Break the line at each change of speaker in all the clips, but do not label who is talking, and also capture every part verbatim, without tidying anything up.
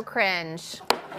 So cringe.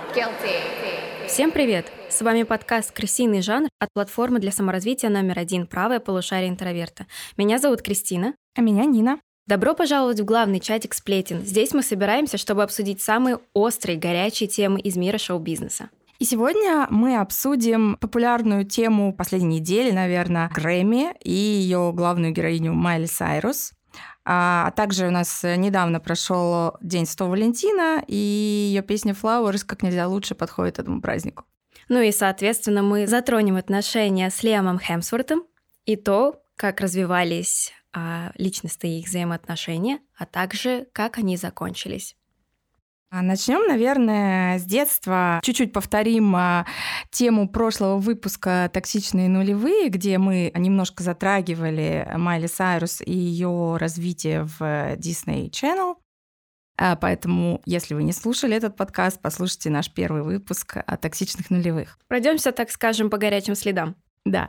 Guilty.
Всем привет! С вами подкаст «Крысиный жанр» от платформы для саморазвития номер один «Правое полушарие интроверта». Меня зовут Кристина.
А меня Нина.
Добро пожаловать в главный чатик «Сплетен». Здесь мы собираемся, чтобы обсудить самые острые, горячие темы из мира шоу-бизнеса.
И сегодня мы обсудим популярную тему последней недели, наверное, Грэмми и ее главную героиню Майли Сайрус. А также у нас недавно прошел День Святого Валентина, и ее песня «Flowers» как нельзя лучше подходит этому празднику.
Ну и, соответственно, мы затронем отношения с Лиамом Хемсвортом и то, как развивались а, личностные их взаимоотношения, а также как они закончились.
Начнем, наверное, с детства. Чуть-чуть повторим тему прошлого выпуска «Токсичные нулевые», где мы немножко затрагивали Майли Сайрус и ее развитие в Disney Channel. Поэтому, если вы не слушали этот подкаст, послушайте наш первый выпуск о «Токсичных нулевых».
Пройдемся, так скажем, по горячим следам.
Да.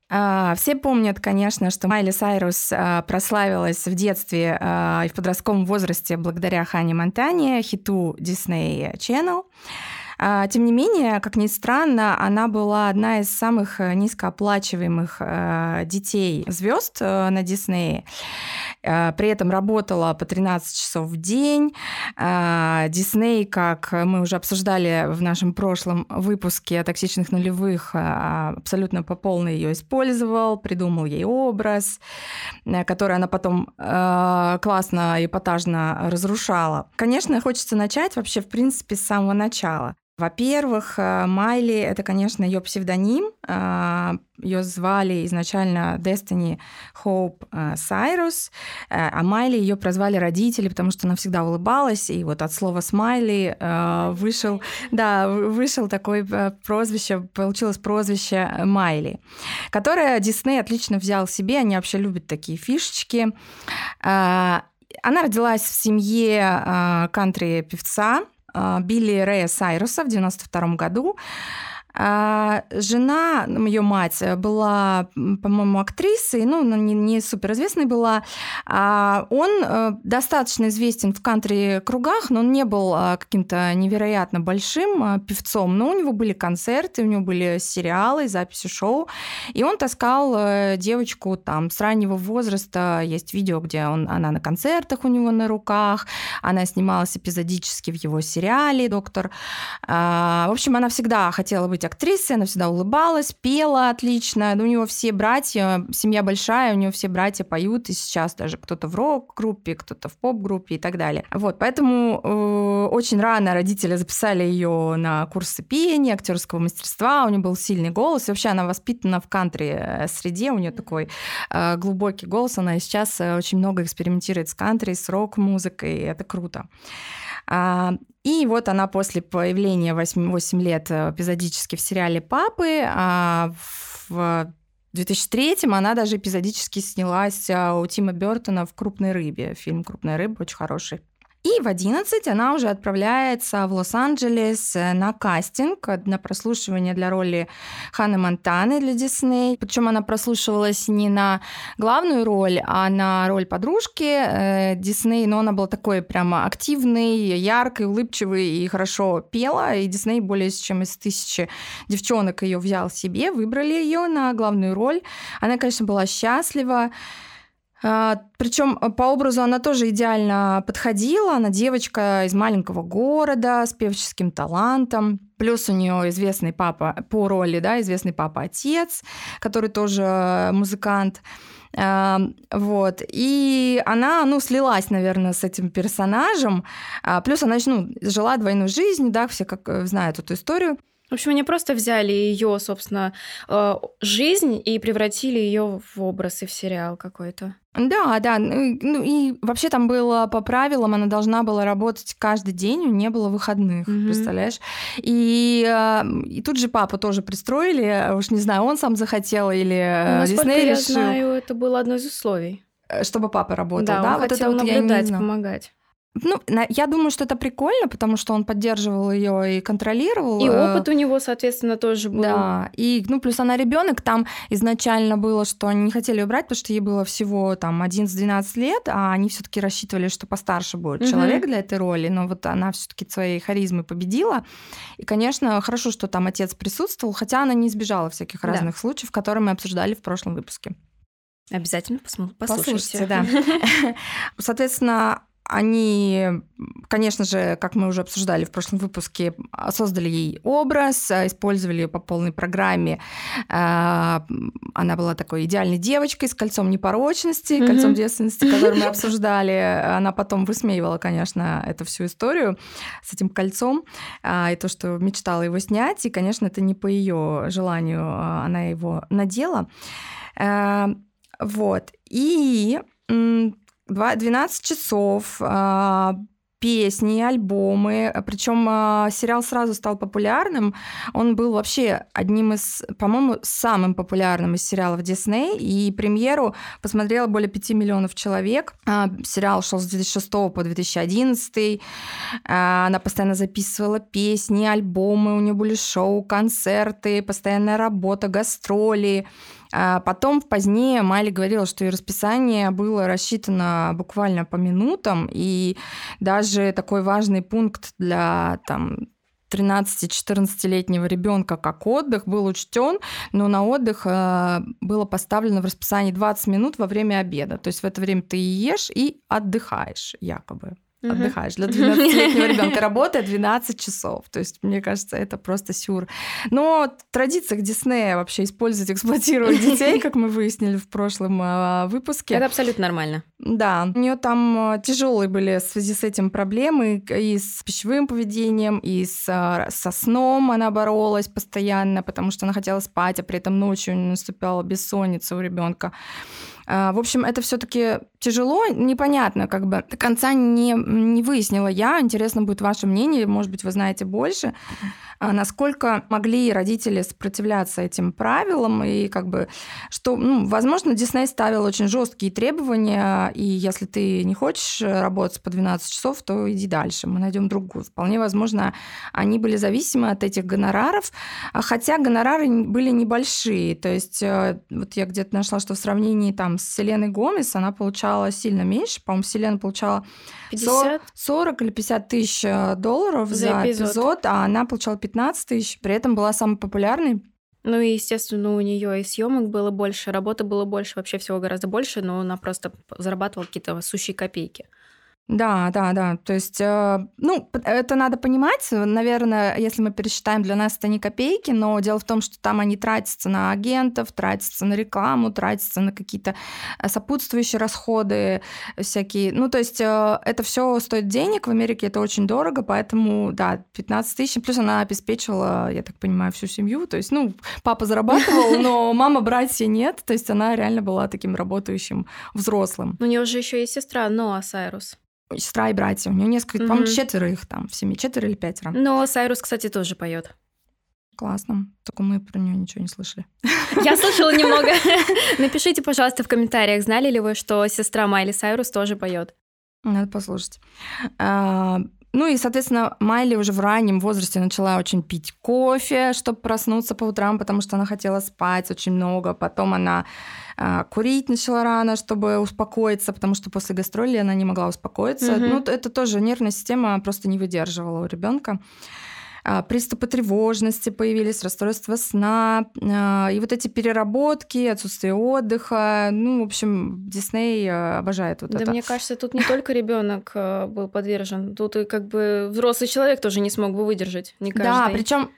Все помнят, конечно, что Майли Сайрус прославилась в детстве и в подростковом возрасте благодаря Ханне Монтане, хиту Disney Channel. Тем не менее, как ни странно, она была одна из самых низкооплачиваемых детей звезд на Диснее. При этом работала по тринадцать часов в день. Дисней, как мы уже обсуждали в нашем прошлом выпуске о «Токсичных нулевых», абсолютно по полной ее использовал, придумал ей образ, который она потом классно и эпатажно разрушала. Конечно, хочется начать вообще, в принципе, с самого начала. Во-первых, Майли — это, конечно, ее псевдоним. Ее звали изначально Destiny Hope Сайрус, а Майли ее прозвали родители, потому что она всегда улыбалась, и вот от слова «смайли» вышел, да, вышел такое прозвище, получилось прозвище Майли, которое Дисней отлично взял себе, они вообще любят такие фишечки. Она родилась в семье кантри-певца Билли Рэя Сайруса в девяносто втором году. Жена, ее мать, была, по-моему, актрисой, ну, не, не суперизвестной была. Он достаточно известен в кантри-кругах, но он не был каким-то невероятно большим певцом, но у него были концерты, у него были сериалы, записи шоу, и он таскал девочку там с раннего возраста. Есть видео, где он, она на концертах у него на руках, она снималась эпизодически в его сериале «Доктор». В общем, она всегда хотела быть актрисой, она всегда улыбалась, пела отлично. У него все братья, семья большая, у него все братья поют, и сейчас даже кто-то в рок-группе, кто-то в поп-группе и так далее. Вот, поэтому э, очень рано родители записали ее на курсы пения, актерского мастерства, у нее был сильный голос, и вообще она воспитана в кантри-среде, у нее такой э, глубокий голос, она сейчас очень много экспериментирует с кантри, с рок-музыкой, и это круто. И вот она после появления восемь лет эпизодически в сериале «Папы», в две тысячи третьем она даже эпизодически снялась у Тима Бёртона в «Крупной рыбе». Фильм «Крупная рыба» очень хороший. И в одиннадцать она уже отправляется в Лос-Анджелес на кастинг, на прослушивание для роли Ханны Монтаны для Дисней. Причем она прослушивалась не на главную роль, а на роль подружки Дисней. Но она была такой прямо активной, яркой, улыбчивой и хорошо пела. И Дисней более чем из тысячи девчонок ее взял себе, выбрали ее на главную роль. Она, конечно, была счастлива. Причем по образу она тоже идеально подходила. Она девочка из маленького города с певческим талантом. Плюс у нее известный папа по роли, да, известный папа-отец, который тоже музыкант. Вот. И она, ну, слилась, наверное, с этим персонажем. Плюс она, ну, жила двойной жизнью, да, все как знают эту историю.
В общем, они просто взяли ее, собственно, жизнь и превратили ее в образ и в сериал какой-то.
Да, да. Ну и вообще там было по правилам, она должна была работать каждый день, у нее не было выходных, mm-hmm. представляешь? И, и тут же папу тоже пристроили, уж не знаю, он сам захотел или
Дисней решил.
Насколько я
знаю, это было одно из условий.
Чтобы папа работал,
да?
Да,
он
вот
хотел
это вот
наблюдать,
я не
помогать.
Ну, я думаю, что это прикольно, потому что он поддерживал ее и контролировал.
И опыт у него, соответственно, тоже был.
Да, и, ну, плюс она ребенок. Там изначально было, что они не хотели ее брать, потому что ей было всего там одиннадцать-двенадцать лет, а они все-таки рассчитывали, что постарше будет угу. человек для этой роли. Но вот она все-таки своей харизмой победила. И, конечно, хорошо, что там отец присутствовал, хотя она не избежала всяких да. разных случаев, которые мы обсуждали в прошлом выпуске.
Обязательно послушайте. Послушайте,
да. Соответственно, они, конечно же, как мы уже обсуждали в прошлом выпуске, создали ей образ, использовали ее по полной программе. Она была такой идеальной девочкой с кольцом непорочности, mm-hmm. кольцом девственности, который мы обсуждали. Она потом высмеивала, конечно, эту всю историю с этим кольцом и то, что мечтала его снять. И, конечно, это не по ее желанию она его надела. Вот. И двенадцать часов, песни, альбомы. Причем сериал сразу стал популярным. Он был вообще одним из, по-моему, самым популярным из сериалов Disney. И премьеру посмотрело более пяти миллионов человек. Сериал шел с две тысячи шестого по две тысячи одиннадцатый. Она постоянно записывала песни, альбомы. У нее были шоу, концерты, постоянная работа, гастроли. А потом, позднее, Майли говорила, что ее расписание было рассчитано буквально по минутам, и даже такой важный пункт для там, тринадцати-четырнадцатилетнего ребенка, как отдых, был учтен, но на отдых было поставлено в расписании двадцать минут во время обеда. То есть в это время ты и ешь, и отдыхаешь, якобы. Uh-huh. Отдыхаешь. Для двенадцатилетнего ребенка работает двенадцать часов. То есть, мне кажется, это просто сюр. Но в традициях Диснея вообще использовать, эксплуатировать детей, как мы выяснили в прошлом выпуске.
Это абсолютно нормально.
Да. У нее там тяжелые были в связи с этим проблемы и с пищевым поведением, и с, со сном она боролась постоянно, потому что она хотела спать, а при этом ночью наступала бессонница у ребенка. В общем, это все-таки тяжело, непонятно, как бы до конца не, не выяснила я. Интересно будет ваше мнение, может быть, вы знаете больше, насколько могли родители сопротивляться этим правилам, и как бы, что, ну, возможно, Дисней ставил очень жесткие требования, и если ты не хочешь работать по двенадцать часов, то иди дальше, мы найдем другую. Вполне возможно, они были зависимы от этих гонораров, хотя гонорары были небольшие, то есть вот я где-то нашла, что в сравнении там с Селеной Гомес она получала сильно меньше. По-моему, Селена получала
пятьдесят
сорок или пятьдесят тысяч долларов за, за эпизод. эпизод, а она получала пятнадцать тысяч. При этом была самой популярной.
Ну и, естественно, у нее и съемок было больше, работы было больше, вообще всего гораздо больше, но она просто зарабатывала какие-то сущие копейки.
Да, да, да. То есть, ну, это надо понимать. Наверное, если мы пересчитаем, для нас это не копейки, но дело в том, что там они тратятся на агентов, тратятся на рекламу, тратятся на какие-то сопутствующие расходы всякие. Ну, то есть, это все стоит денег. В Америке это очень дорого, поэтому, да, пятнадцать тысяч. Плюс она обеспечивала, я так понимаю, всю семью. То есть, ну, папа зарабатывал, но мама, братья нет. То есть, она реально была таким работающим взрослым.
У нее же еще есть сестра Ноа Сайрус.
Сестра и братья. У нее несколько, mm-hmm. по-моему, четверо их там в семье, четверо или пятеро.
Но Сайрус, кстати, тоже поет.
Классно. Только мы про нее ничего не слышали.
Я слышала немного. Напишите, пожалуйста, в комментариях, знали ли вы, что сестра Майли Сайрус тоже поет.
Надо послушать. Ну и, соответственно, Майли уже в раннем возрасте начала очень пить кофе, чтобы проснуться по утрам, потому что она хотела спать очень много. Потом она а, курить начала рано, чтобы успокоиться, потому что после гастролей она не могла успокоиться. Mm-hmm. Ну, это тоже нервная система просто не выдерживала у ребенка. Приступы тревожности появились, расстройства сна, и вот эти переработки, отсутствие отдыха. Ну, в общем, Дисней обожает вот
да,
это.
Да, мне кажется, тут не только ребенок был подвержен, тут и как бы взрослый человек тоже не смог бы выдержать, не каждый.
Да, причем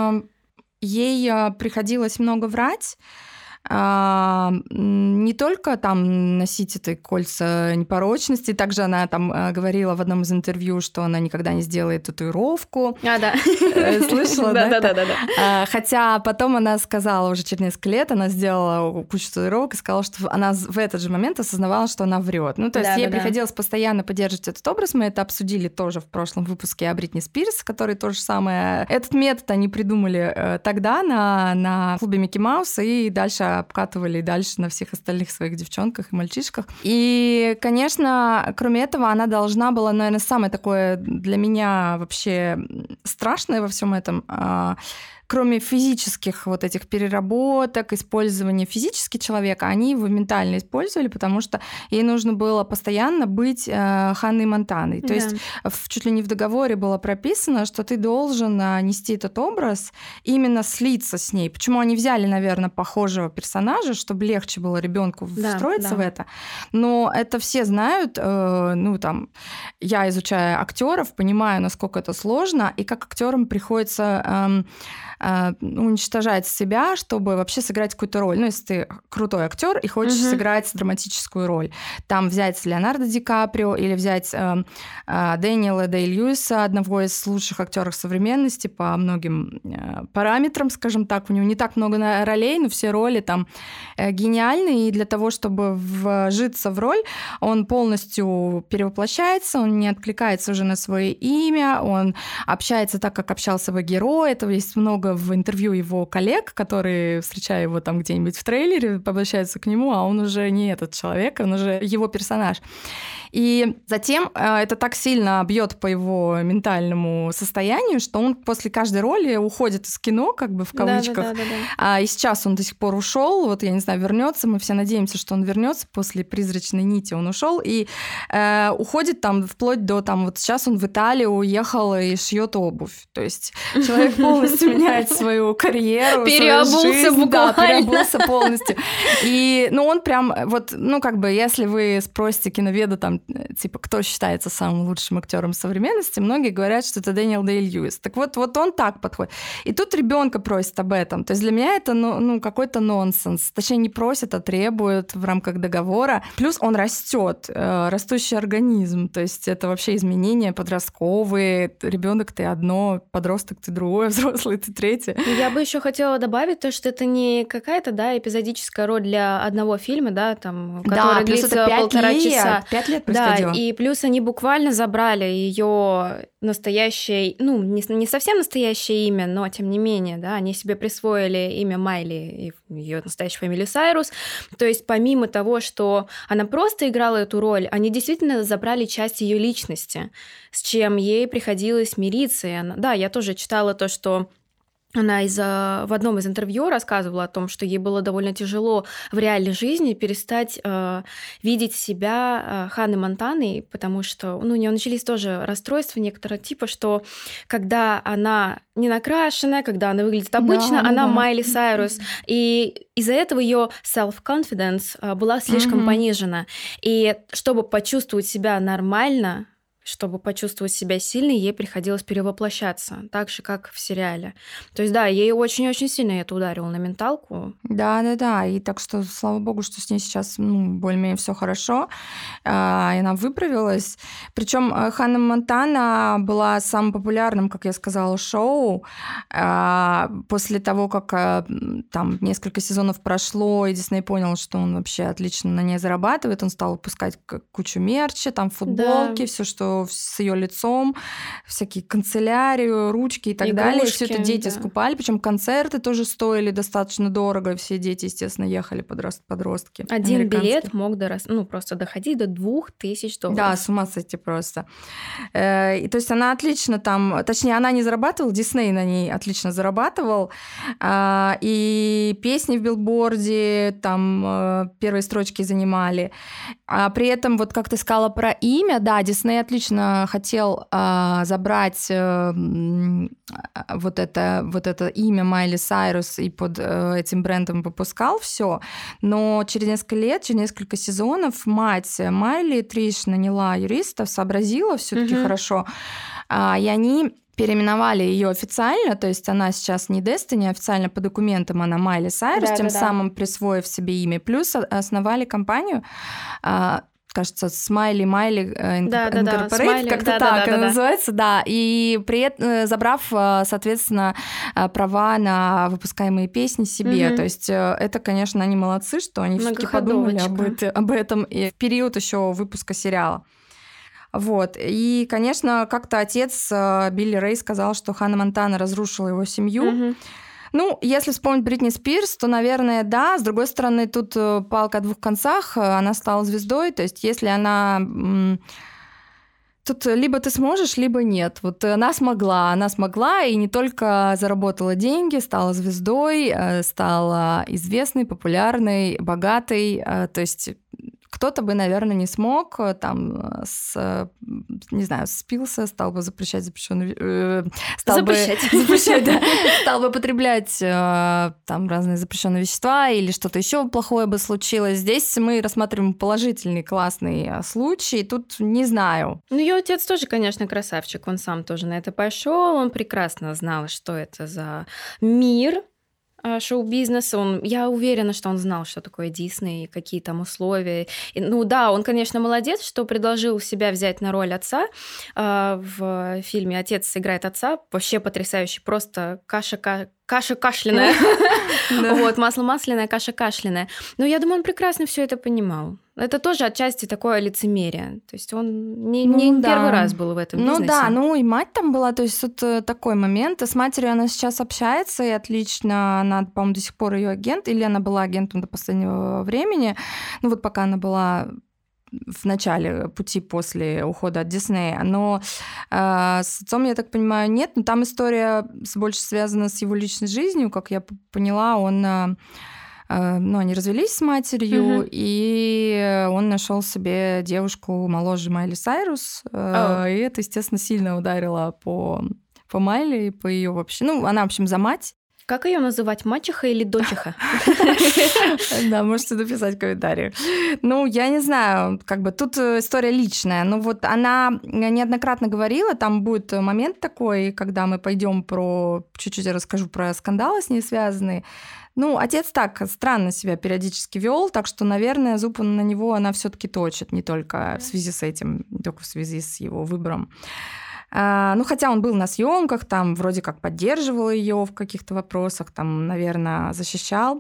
ей приходилось много врать. А, не только там носить эти кольца непорочности, также она там говорила в одном из интервью, что она никогда не сделает татуировку.
А, да.
Слышала, да?
Да, да, да, да.
Хотя потом она сказала уже через несколько лет, она сделала кучу татуировок и сказала, что она в этот же момент осознавала, что она врет. Ну, то есть
да,
ей
да,
приходилось да. постоянно поддерживать этот образ. Мы это обсудили тоже в прошлом выпуске о Бритни Спирс, который то же самое. Этот метод они придумали тогда на, на клубе Микки Мауса, и дальше это обкатывали и дальше на всех остальных своих девчонках и мальчишках. И, конечно, кроме этого, она должна была, наверное, самое такое для меня вообще страшное во всем этом, кроме физических вот этих переработок, использования физически человека, они его ментально использовали, потому что ей нужно было постоянно быть э, Ханной Монтаной. То да. есть в, чуть ли не в договоре было прописано, что ты должен нести этот образ, именно слиться с ней. Почему они взяли, наверное, похожего персонажа, чтобы легче было ребенку да, встроиться да. в это. Но это все знают. Э, ну, там, я, изучая актеров, понимаю, насколько это сложно, и как актерам приходится... Э, уничтожать себя, чтобы вообще сыграть какую-то роль. Ну, если ты крутой актер и хочешь uh-huh. сыграть драматическую роль. Там взять Леонардо Ди Каприо или взять э, э, Дэниела Дэй-Льюиса, одного из лучших актеров современности по многим э, параметрам, скажем так. У него не так много ролей, но все роли там э, гениальные. И для того, чтобы вжиться в роль, он полностью перевоплощается, он не откликается уже на свое имя, он общается так, как общался бы герой. Это есть много в интервью его коллег, которые, встречая его там где-нибудь в трейлере, обращаются к нему, а он уже не этот человек, он уже его персонаж. И затем это так сильно бьет по его ментальному состоянию, что он после каждой роли уходит из кино, как бы в кавычках. Да, да, да, да. И сейчас он до сих пор ушел. Вот я не знаю, вернется. Мы все надеемся, что он вернется после «Призрачной нити». Он ушел и э, уходит там вплоть до там вот сейчас он в Италию уехал и шьет обувь. То есть человек полностью меняет свою карьеру,
переобулся буквально.
Да, переобулся полностью. И ну он прям вот ну как бы если вы спросите киноведа там типа, кто считается самым лучшим актером современности, многие говорят, что это Дэниел Дэй-Льюис. Так вот, вот он так подходит. И тут ребенка просит об этом. То есть для меня это ну, ну, какой-то нонсенс. Точнее, не просит, а требует в рамках договора. Плюс он растет, э, растущий организм. То есть это вообще изменения подростковые. Ребенок ты одно, подросток ты другое, взрослый ты третье.
Я бы еще хотела добавить то, что это не какая-то да, эпизодическая роль для одного фильма, да, там, который
да,
длится полтора
лет,
часа.
Пять лет
Да, и плюс они буквально забрали ее настоящее, ну, не, не совсем настоящее имя, но тем не менее, да, они себе присвоили имя Майли и ее настоящую фамилию Сайрус. То есть помимо того, что она просто играла эту роль, они действительно забрали часть ее личности, с чем ей приходилось мириться. И она, да, я тоже читала то, что она из, в одном из интервью рассказывала о том, что ей было довольно тяжело в реальной жизни перестать э, видеть себя э, Ханной Монтаной, потому что ну, у нее начались тоже расстройства некоторого типа, что когда она не накрашенная, когда она выглядит обычно, да, она да. Майли Сайрус. И из-за этого ее self-confidence была слишком mm-hmm. понижена. И чтобы почувствовать себя нормально, чтобы почувствовать себя сильной, ей приходилось перевоплощаться, так же, как в сериале. То есть, да, ей очень-очень сильно это ударило на менталку.
Да-да-да, и так что, слава богу, что с ней сейчас ну, более-менее все хорошо, и она выправилась. Причем Ханна Монтана была самым популярным, как я сказала, шоу. После того, как там несколько сезонов прошло, и Дисней понял, что он вообще отлично на ней зарабатывает, он стал выпускать кучу мерча, там футболки, да. все, что с ее лицом, всякие канцелярию, ручки и так
Игрушки,
далее. Все это дети
да.
скупали. Причем концерты тоже стоили достаточно дорого. И все дети, естественно, ехали, подрост, подростки.
Один билет мог дорас... ну, просто доходить до двух тысяч долларов.
Да, с ума сойти просто. И, то есть она отлично там... Точнее, она не зарабатывала, Дисней на ней отлично зарабатывал. И песни в билборде там первые строчки занимали. А при этом, вот как ты сказала про имя, да, Дисней отлично хотел а, забрать а, вот, это, вот это имя Майли Сайрус и под а, этим брендом выпускал все, но через несколько лет, через несколько сезонов мать Майли, Триш, наняла юристов, сообразила все-таки mm-hmm. хорошо, а, и они переименовали ее официально, то есть она сейчас не Destiny, официально по документам она Майли Сайрус, да, тем да, самым да. присвоив себе имя, плюс основали компанию, а, кажется, Смайли Майли Incorporated, как-то да, так да, она да, называется, да. да. И при этом забрав, соответственно, права на выпускаемые песни себе. Угу. То есть это, конечно, они молодцы, что они все-таки подумали об, это, об этом и в период еще выпуска сериала. Вот. И, конечно, как-то отец Билли Рэй сказал, что Ханна Монтана разрушила его семью. Угу. Ну, если вспомнить Бритни Спирс, то, наверное, да. С другой стороны, тут палка о двух концах. Она стала звездой. То есть если она... Тут либо ты сможешь, либо нет. Вот она смогла, она смогла, и не только заработала деньги, стала звездой, стала известной, популярной, богатой. То есть кто-то бы, наверное, не смог, там, с, не знаю, спился, стал бы запрещать запрещенные... Э, стал
запрещать.
Бы, запрещать, да. Стал бы потреблять э, там разные запрещенные вещества или что-то еще плохое бы случилось. Здесь мы рассматриваем положительный, классный случай. Тут не знаю.
Ну, ее отец тоже, конечно, красавчик. Он сам тоже на это пошел. Он прекрасно знал, что это за мир, шоу-бизнес, он, я уверена, что он знал, что такое Дисней, какие там условия. И, ну да, он, конечно, молодец, что предложил себя взять на роль отца э, в фильме «Отец играет отца». Вообще потрясающий, просто каша, ка- каша кашляная. Вот, масло масляное, каша кашляная. Но я думаю, он прекрасно все это понимал. Это тоже отчасти такое лицемерие. То есть он не,
ну,
не
да.
первый раз был в этом бизнесе.
Ну да, ну и мать там была, то есть вот такой момент. С матерью она сейчас общается, и отлично, она, по-моему, до сих пор ее агент, или она была агентом до последнего времени. Ну вот пока она была в начале пути после ухода от Диснея. Но э, с отцом, я так понимаю, нет. Но там история больше связана с его личной жизнью. Как я поняла, он... Э, ну, они развелись с матерью, uh-huh. и он нашел себе девушку моложе Майли Сайрус. Oh. И это, естественно, сильно ударило по, по Майли, по ее вообще... Ну, она, в общем, за мать.
Как ее называть, мачеха или дочеха?
Да, можете написать в комментариях. Ну, я не знаю, как бы тут история личная. Ну, вот она неоднократно говорила, там будет момент такой, когда мы пойдем про... Чуть-чуть расскажу про скандалы с ней связанные. Ну, отец так странно себя периодически вел, так что, наверное, зуб на него она все-таки точит, не только в связи с этим, не только в связи с его выбором. А, ну, хотя он был на съемках, там вроде как поддерживал ее в каких-то вопросах, там, наверное, защищал.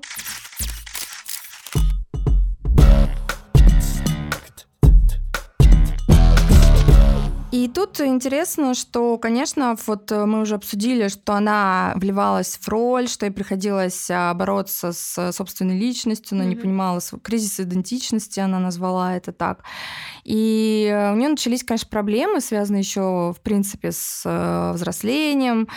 И тут интересно, что, конечно, вот мы уже обсудили, что она вливалась в роль, что ей приходилось бороться с собственной личностью, она mm-hmm. не понимала кризис идентичности, она назвала это так. И у нее начались, конечно, проблемы, связанные еще, в принципе, с взрослением.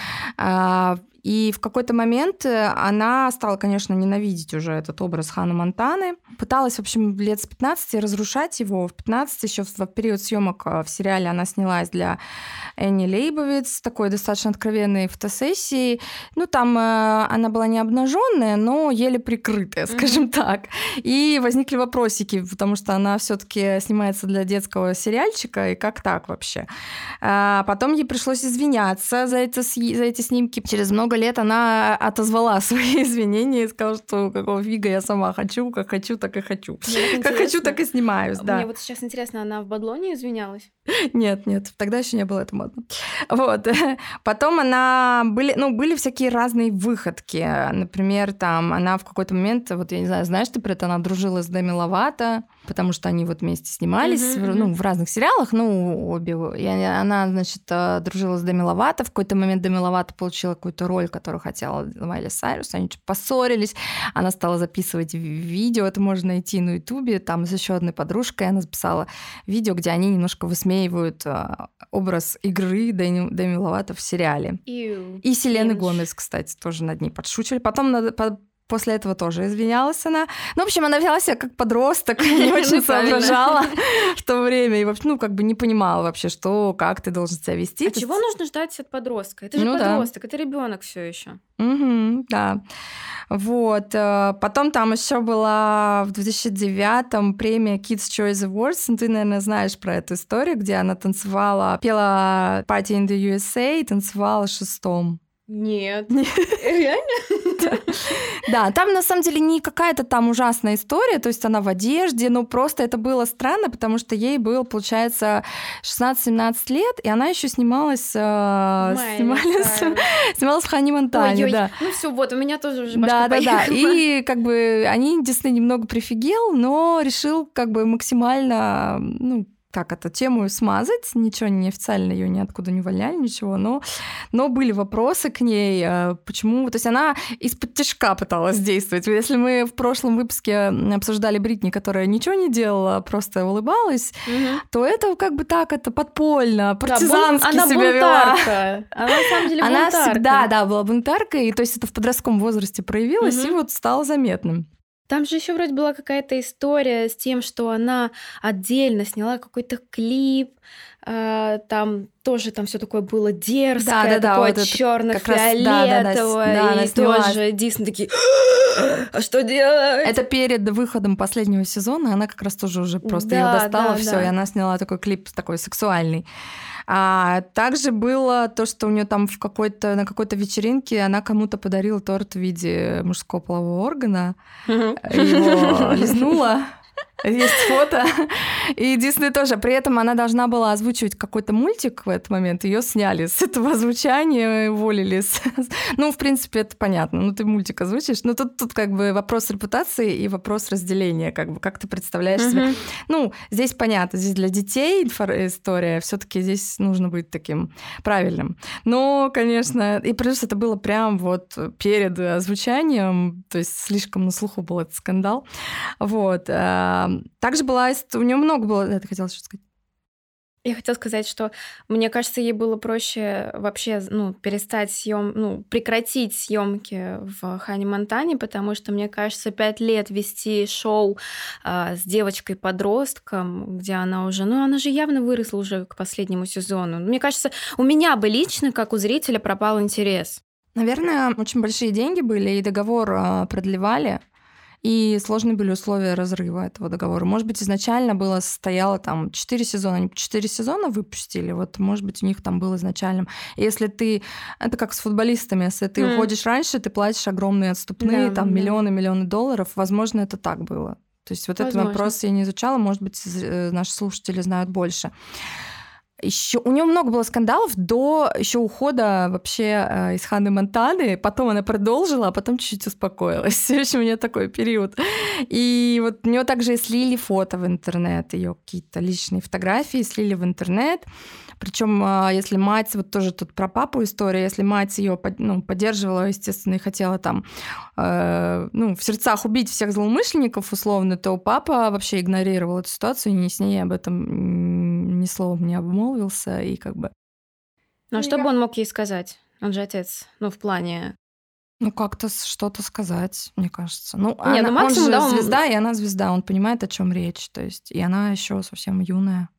И в какой-то момент она стала, конечно, ненавидеть уже этот образ Ханны Монтаны. Пыталась, в общем, лет с пятнадцати разрушать его. В пятнадцать, еще в период съемок в сериале, она снялась для Энни Лейбовиц, такой достаточно откровенной фотосессии. Ну, там она была не обнаженная, но еле прикрытая, скажем mm-hmm. так. И возникли вопросики, потому что она все-таки снимается для детского сериальчика, и как так вообще? А потом ей пришлось извиняться за, это, за эти снимки. Через много лет она отозвала свои извинения и сказала, что какого фига я сама хочу, как хочу, так и хочу. Мне как хочу, так и снимаюсь, да.
Мне вот сейчас интересно, она в Бадлоне извинялась?
Нет, нет, тогда еще не было это модно. Вот. Потом она... Были, ну, были всякие разные выходки. Например, там она в какой-то момент, вот я не знаю, знаешь ты про это, она дружила с Деми Ловато, потому что они вот вместе снимались uh-huh, в, ну, в разных сериалах, ну, обе. И она, значит, дружила с Деми Ловато. В какой-то момент Деми Ловато получила какую-то роль, которую хотела Майли Сайрус. Они чуть поссорились. Она стала записывать видео, это можно найти на Ютубе. Там с еще одной подружкой она записала видео, где они немножко высмеивают образ игры Деми, Деми Ловато в сериале.
Ew.
И Селены Гомес, кстати, тоже над ней подшучивали. Потом надо... После этого тоже извинялась она. Ну, в общем, она вела себя как подросток, не очень соображала в то время. И вообще, ну, как бы не понимала вообще, что, как ты должен себя вести.
А чего нужно ждать от подростка? Это же подросток, это ребенок все еще.
Да. Вот. Потом там еще была в две тысячи девятом премия Kids Choice Awards. Ты, наверное, знаешь про эту историю, где она танцевала, пела Party in the ю эс эй и танцевала шестом.
Нет. Реально?
Да, там на самом деле не какая-то там ужасная история, то есть она в одежде, но просто это было странно, потому что ей было, получается, шестнадцать-семнадцать лет, и она еще снималась, снималась, снималась в Ханне Монтане.
Ой,
да.
Ну все, вот, у меня тоже уже башка
да,
поехала.
Да, да, и как бы они, Дисней немного прифигел, но решил как бы максимально, ну, как эту тему смазать, ничего неофициально ее ниоткуда не увольняли, ничего, но, но были вопросы к ней, почему... То есть она из-под тишка пыталась действовать. Если мы в прошлом выпуске обсуждали Бритни, которая ничего не делала, просто улыбалась, угу. то это как бы так, это подпольно, партизански да,
она
себя вела.
Она на самом деле
она
бунтарка.
Всегда, да, была бунтаркой, и то есть это в подростковом возрасте проявилось, угу. и вот стало заметным.
Там же еще вроде была какая-то история с тем, что она отдельно сняла какой-то клип, э, там тоже там все такое было дерзкое, да, да, такое вот черно-фиолетовое, да, да, да, и тоже Дисней такие, а что делать?
Это перед выходом последнего сезона, она как раз тоже уже просто да, ее достала, да, все, да. и она сняла такой клип такой сексуальный. А также было то, что у нее там в какой-то, на какой-то вечеринке она кому-то подарила торт в виде мужского полового органа, его лизнула. Есть фото. И Дисней тоже. При этом она должна была озвучивать какой-то мультик в этот момент. Ее сняли с этого озвучания, уволили. Ну, в принципе, это понятно. Ну, ты мультик озвучишь. Но тут, тут как бы вопрос репутации и вопрос разделения. Как бы, как ты представляешь uh-huh. себе. Ну, здесь понятно. Здесь для детей история. Все-таки здесь нужно быть таким правильным. Но, конечно... И плюс это было прям вот перед озвучанием. То есть слишком на слуху был этот скандал. Вот. Также была... У нее много было... Да, ты хотела что сказать?
Я хотела сказать, что мне кажется, ей было проще вообще ну, перестать съем, ну, прекратить съемки в Ханне Монтане, потому что, мне кажется, пять лет вести шоу а, с девочкой-подростком, где она уже... Ну, она же явно выросла уже к последнему сезону. Мне кажется, у меня бы лично, как у зрителя, пропал интерес.
Наверное, очень большие деньги были, и договор а, продлевали. И сложные были условия разрыва этого договора. Может быть, изначально было стояло там четыре сезона, они четыре сезона выпустили, вот, может быть, у них там было изначально. Если ты... Это как с футболистами, если ты mm. уходишь раньше, ты платишь огромные отступные, да, там, миллионы-миллионы долларов. Возможно, это так было. То есть вот Возможно. Этот вопрос я не изучала, может быть, наши слушатели знают больше. Еще у нее много было скандалов до еще ухода вообще э, из Ханны Монтаны. Потом она продолжила, а потом чуть-чуть успокоилась. В общем, у нее такой период. И вот у нее также слили фото в интернет, ее какие-то личные фотографии слили в интернет. Причем, если мать, вот тоже тут про папу история, если мать ее ну, поддерживала, естественно, и хотела там э, ну, в сердцах убить всех злоумышленников условно, то папа вообще игнорировал эту ситуацию, и ни с ней об этом ни словом не обмолвился, и как бы...
Ну, а что бы он мог ей сказать? Он же отец, ну, в плане...
Ну, как-то что-то сказать, мне кажется. Ну,
не,
она,
ну максимум,
он же
да, он...
звезда, и она звезда, он понимает, о чем речь, то есть, и она еще совсем юная.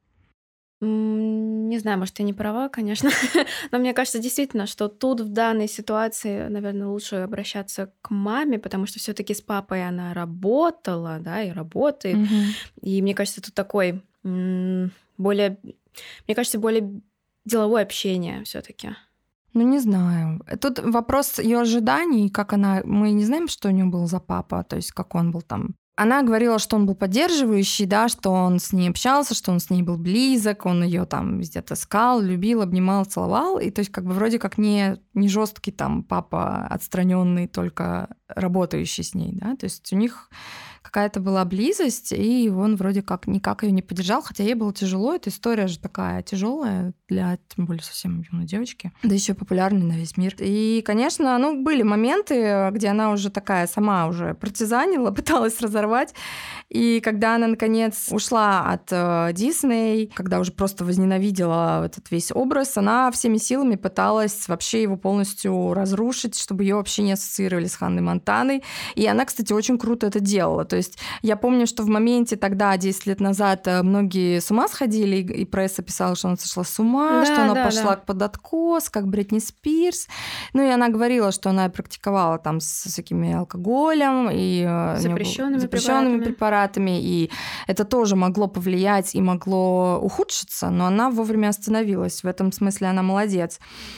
Не знаю, может, я не права, конечно, но мне кажется действительно, что тут в данной ситуации, наверное, лучше обращаться к маме, потому что все-таки с папой она работала, да, и работает, mm-hmm. и мне кажется, тут такой более, мне кажется, более деловое общение все-таки.
Ну, не знаю. Тут вопрос ее ожиданий, как она... Мы не знаем, что у нее был за папа, то есть как он был там. Она говорила, что он был поддерживающий, да, что он с ней общался, что он с ней был близок, он ее там везде таскал, любил, обнимал, целовал. И то есть как бы вроде как не, не жесткий там папа, отстраненный, только работающий с ней, да. То есть у них какая-то была близость, и он вроде как никак ее не поддержал, хотя ей было тяжело. Эта история же такая тяжелая для, тем более, совсем юной девочки, да еще популярной на весь мир. И, конечно, ну, были моменты, где она уже такая сама уже партизанила, пыталась разорвать. И когда она, наконец, ушла от Дисней, э, когда уже просто возненавидела этот весь образ, она всеми силами пыталась вообще его полностью разрушить, чтобы ее вообще не ассоциировали с Ханной Монтаной. И она, кстати, очень круто это делала. То есть я помню, что в моменте тогда, десять лет назад, многие с ума сходили, и пресса писала, что она сошла с ума, да, что она да, пошла да. под откос, как Бритни Спирс. Ну и она говорила, что она практиковала там с всякими алкоголем и
запрещенными,
запрещенными
препаратами.
препаратами, и это тоже могло повлиять и могло ухудшиться, но она вовремя остановилась. В этом смысле она молодец.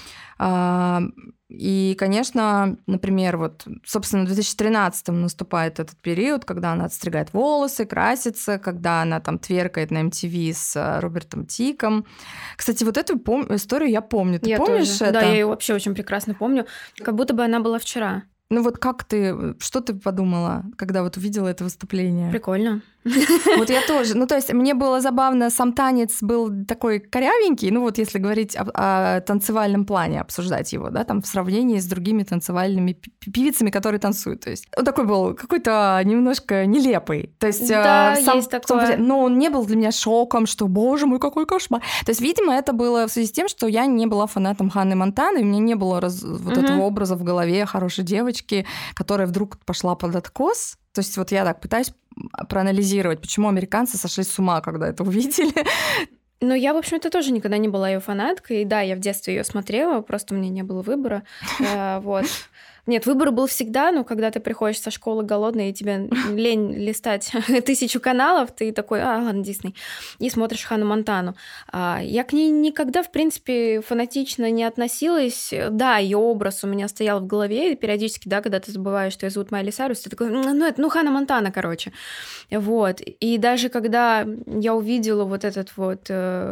И, конечно, например, вот, собственно, в две тысячи тринадцатом наступает этот период, когда она отстригает волосы, красится, когда она там тверкает на эм ти ви с Робертом Тиком. Кстати, вот эту пом- историю я помню. Ты
я
помнишь
тоже.
это?
Да, я ее вообще очень прекрасно помню. Как будто бы она была вчера.
Ну вот как ты, что ты подумала, когда вот увидела это выступление?
Прикольно.
Вот я тоже. Ну, то есть мне было забавно, сам танец был такой корявенький, ну, вот если говорить о, о танцевальном плане, обсуждать его, да, там в сравнении с другими танцевальными певицами, которые танцуют. То есть он такой был какой-то немножко нелепый. То есть
да,
сам,
есть такое.
Но он не был для меня шоком, что, боже мой, какой кошмар. То есть, видимо, это было в связи с тем, что я не была фанатом Ханны Монтаны, и у меня не было раз, вот mm-hmm. этого образа в голове хорошей девочки, которая вдруг пошла под откос. То есть вот я так пытаюсь проанализировать, почему американцы сошли с ума, когда это увидели.
Ну, я, в общем-то, тоже никогда не была ее фанаткой. И да, я в детстве ее смотрела, просто у меня не было выбора. Вот. Нет, выбор был всегда, но когда ты приходишь со школы голодный, и тебе лень листать тысячу каналов, ты такой, а, ладно, Дисней, и смотришь Ханну Монтану. Я к ней никогда, в принципе, фанатично не относилась. Да, ее образ у меня стоял в голове, и периодически, да, когда ты забываешь, что ее зовут Майли Сайрус, ты такой, ну, это, ну, Ханна Монтана, короче. Вот. И даже когда я увидела вот этот вот...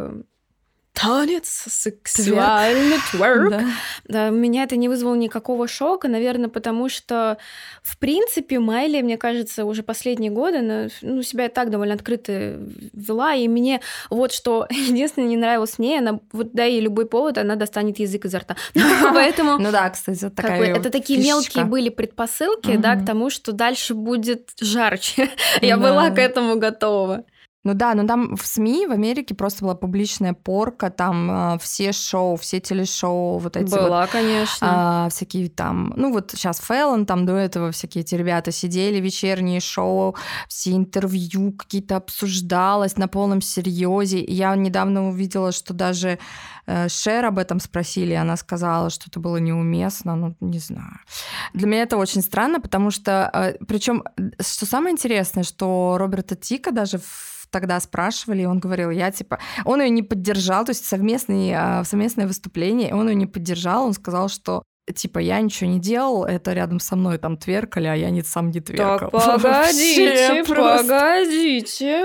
танец, сексуальный тверк. Да. Да, меня это не вызвало никакого шока, наверное, потому что, в принципе, Майли, мне кажется, уже последние годы она, ну, себя и так довольно открыто вела, и мне вот что единственное не нравилось в ней, она, вот дай ей любой повод, она достанет язык изо рта. Поэтому...
Ну да, кстати, это такая
Это такие мелкие были предпосылки, да, к тому, что дальше будет жарче. Я была к этому готова.
Ну да, но там в СМИ в Америке просто была публичная порка, там э, все шоу, все телешоу, вот эти
была,
вот,
конечно.
Э, всякие там, ну вот сейчас Фэллон, там до этого всякие эти ребята сидели, вечерние шоу, все интервью какие-то обсуждалось на полном серьезе. И я недавно увидела, что даже э, Шер об этом спросили, и она сказала, что это было неуместно, ну не знаю. Для меня это очень странно, потому что, э, причем, что самое интересное, что Роберта Тика даже в тогда спрашивали, и он говорил, я типа... Он ее не поддержал, то есть совместное, совместное выступление, он ее не поддержал, он сказал, что типа я ничего не делал, это рядом со мной там тверкали, а я не, сам не тверкал.
Так, погодите, погодите.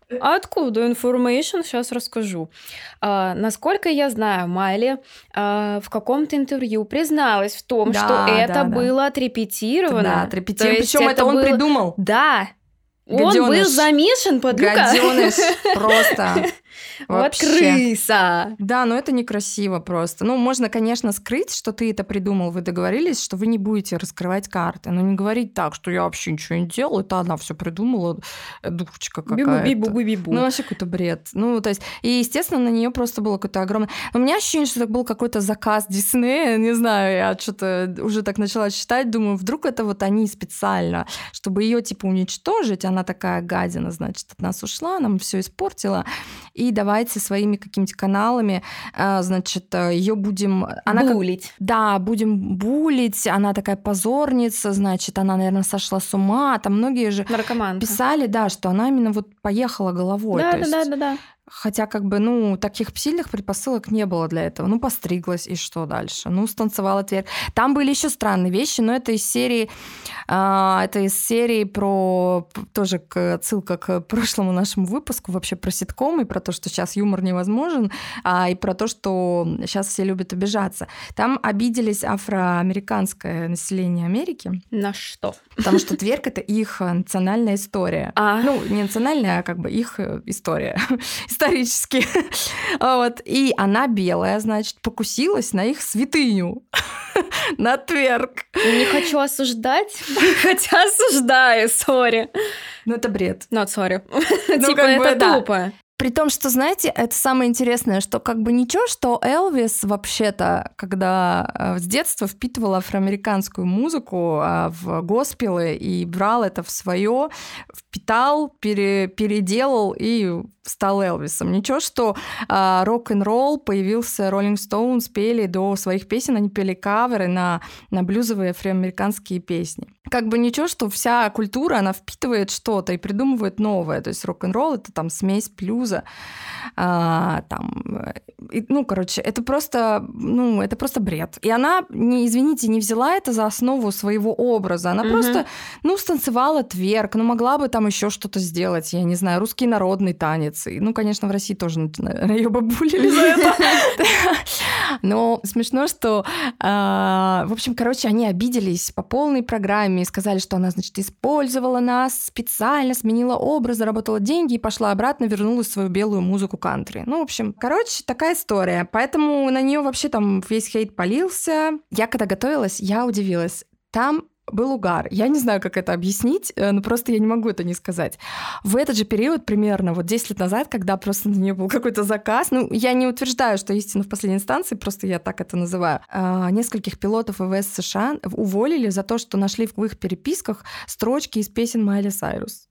Откуда information? Сейчас расскажу. А, насколько я знаю, Майли а, в каком-то интервью призналась в том, да, что это да, было да. отрепетировано.
Да, отрепетировано. Причем это, это он было... придумал.
Да.
Гадёныш.
Он был замешан, подлюка.
Гадёныш, просто.
Вот крыса.
Да, но это некрасиво просто. Ну, можно, конечно, скрыть, что ты это придумал, вы договорились, что вы не будете раскрывать карты, но не говорить так, что я вообще ничего не делал, это она все придумала, дурочка какая-то.
Бибу-бибу-бибу.
Ну, вообще какой-то бред. Ну, то есть, и, естественно, на нее просто было какое-то огромное... Но у меня ощущение, что это был какой-то заказ Диснея, не знаю, я что-то уже так начала читать, думаю, вдруг это вот они специально, чтобы ее типа уничтожить, она такая гадина, значит, от нас ушла, нам все испортила, и давайте своими какими-то каналами, значит, ее будем...
Она булить.
Как... Да, будем булить, она такая позорница, значит, она, наверное, сошла с ума, там многие же
наркоманка.
Писали, да, что она именно вот поехала головой.
Да,
то
да,
есть...
да, да, да.
Хотя, как бы, ну, таких сильных предпосылок не было для этого. Ну, постриглась, и что дальше? Ну, станцевала тверь. Там были еще странные вещи, но это из серии... Э, это из серии про... Тоже к, отсылка к прошлому нашему выпуску, вообще про ситком, и про то, что сейчас юмор невозможен, а, и про то, что сейчас все любят обижаться. Там обиделись афроамериканское население Америки.
На что?
Потому что Тверк — это их национальная история.
А.
Ну, не национальная, а как бы их история. Исторически. Вот. И она белая, значит, покусилась на их святыню. На Тверк.
Не хочу осуждать, хотя осуждаю, сори.
Ну, это бред.
Not sorry. Типа, это тупо.
При том, что, знаете, это самое интересное, что как бы ничего, что Элвис вообще-то, когда с детства впитывал афроамериканскую музыку в госпелы и брал это в свое, впитал, пере, переделал и стал Элвисом. Ничего, что а, рок-н-ролл появился, Роллинг Стоунс пели до своих песен, они пели каверы на, на блюзовые афроамериканские песни. Как бы ничего, что вся культура, она впитывает что-то и придумывает новое. То есть рок-н-ролл — это там смесь блюза, а, там, и, ну, короче, это просто, ну, это просто бред. И она, не, извините, не взяла это за основу своего образа. Она mm-hmm. просто, ну, станцевала тверк, ну, могла бы там еще что-то сделать, я не знаю, русский народный танец, эмоций. Ну, конечно, в России тоже, наверное, ее бабулили за это. Но смешно, что... В общем, короче, они обиделись по полной программе и сказали, что она, значит, использовала нас специально, сменила образ, заработала деньги и пошла обратно, вернулась в свою белую музыку кантри. Ну, в общем, короче, такая история. Поэтому на нее вообще там весь хейт полился. Я когда готовилась, я удивилась. Там был угар. Я не знаю, как это объяснить, но просто я не могу это не сказать. В этот же период, примерно вот десять лет назад, когда просто на нее был какой-то заказ, ну, я не утверждаю, что истина в последней инстанции, просто я так это называю, нескольких пилотов ВВС США уволили за то, что нашли в их переписках строчки из песен Майли Сайрус.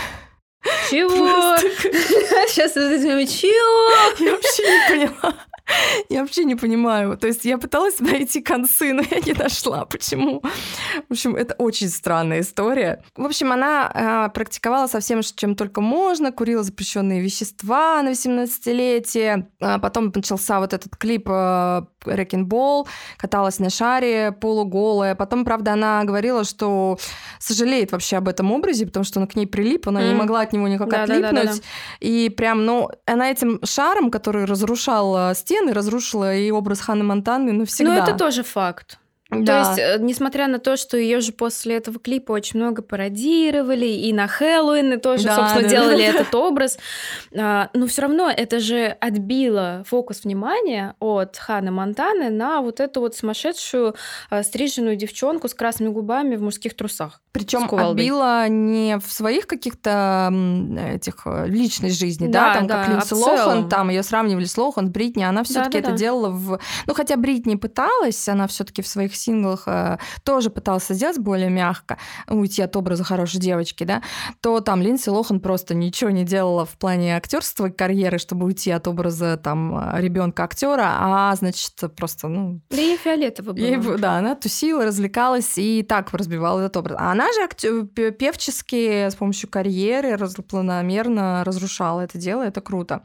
Чего? Сейчас вы чего?
Я вообще не поняла. Я вообще не понимаю. То есть я пыталась найти концы, но я не нашла. Почему? В общем, это очень странная история. В общем, она э, практиковала со всем, чем только можно, курила запрещенные вещества на восемнадцатилетие. А потом начался вот этот клип э, «Wrecking Ball», каталась на шаре полуголая. Потом, правда, она говорила, что сожалеет вообще об этом образе, потому что он к ней прилип, она mm. не могла от него никак да, отлипнуть. Да, да, да, да. И прям, ну, она этим шаром, который разрушал стены, разрушила и образ Ханны Монтаны навсегда.
Ну, это тоже факт.
Да.
То есть, несмотря на то, что ее же после этого клипа очень много пародировали, и на Хэллоуин, и тоже, да, собственно, да, делали да. этот образ, но все равно это же отбило фокус внимания от Ханны Монтаны на вот эту вот сумасшедшую стриженную девчонку с красными губами в мужских трусах.
Причем отбила не в своих каких-то этих личной жизни, да, да там да, как Линдси Лохан, там ее сравнивали с Лохан, Бритни, она все-таки да, да, это да. делала в... Ну, хотя Бритни пыталась, она все-таки в своих синглах э, тоже пыталась сделать более мягко, уйти от образа хорошей девочки, да, то там Линдси Лохан просто ничего не делала в плане актерства и карьеры, чтобы уйти от образа там ребенка актера, а значит просто, ну...
Да ей фиолетово было.
Ей, да, она тусила, развлекалась и так разбивала этот образ. А она же актер, певчески с помощью карьеры планомерно разрушала это дело, это круто.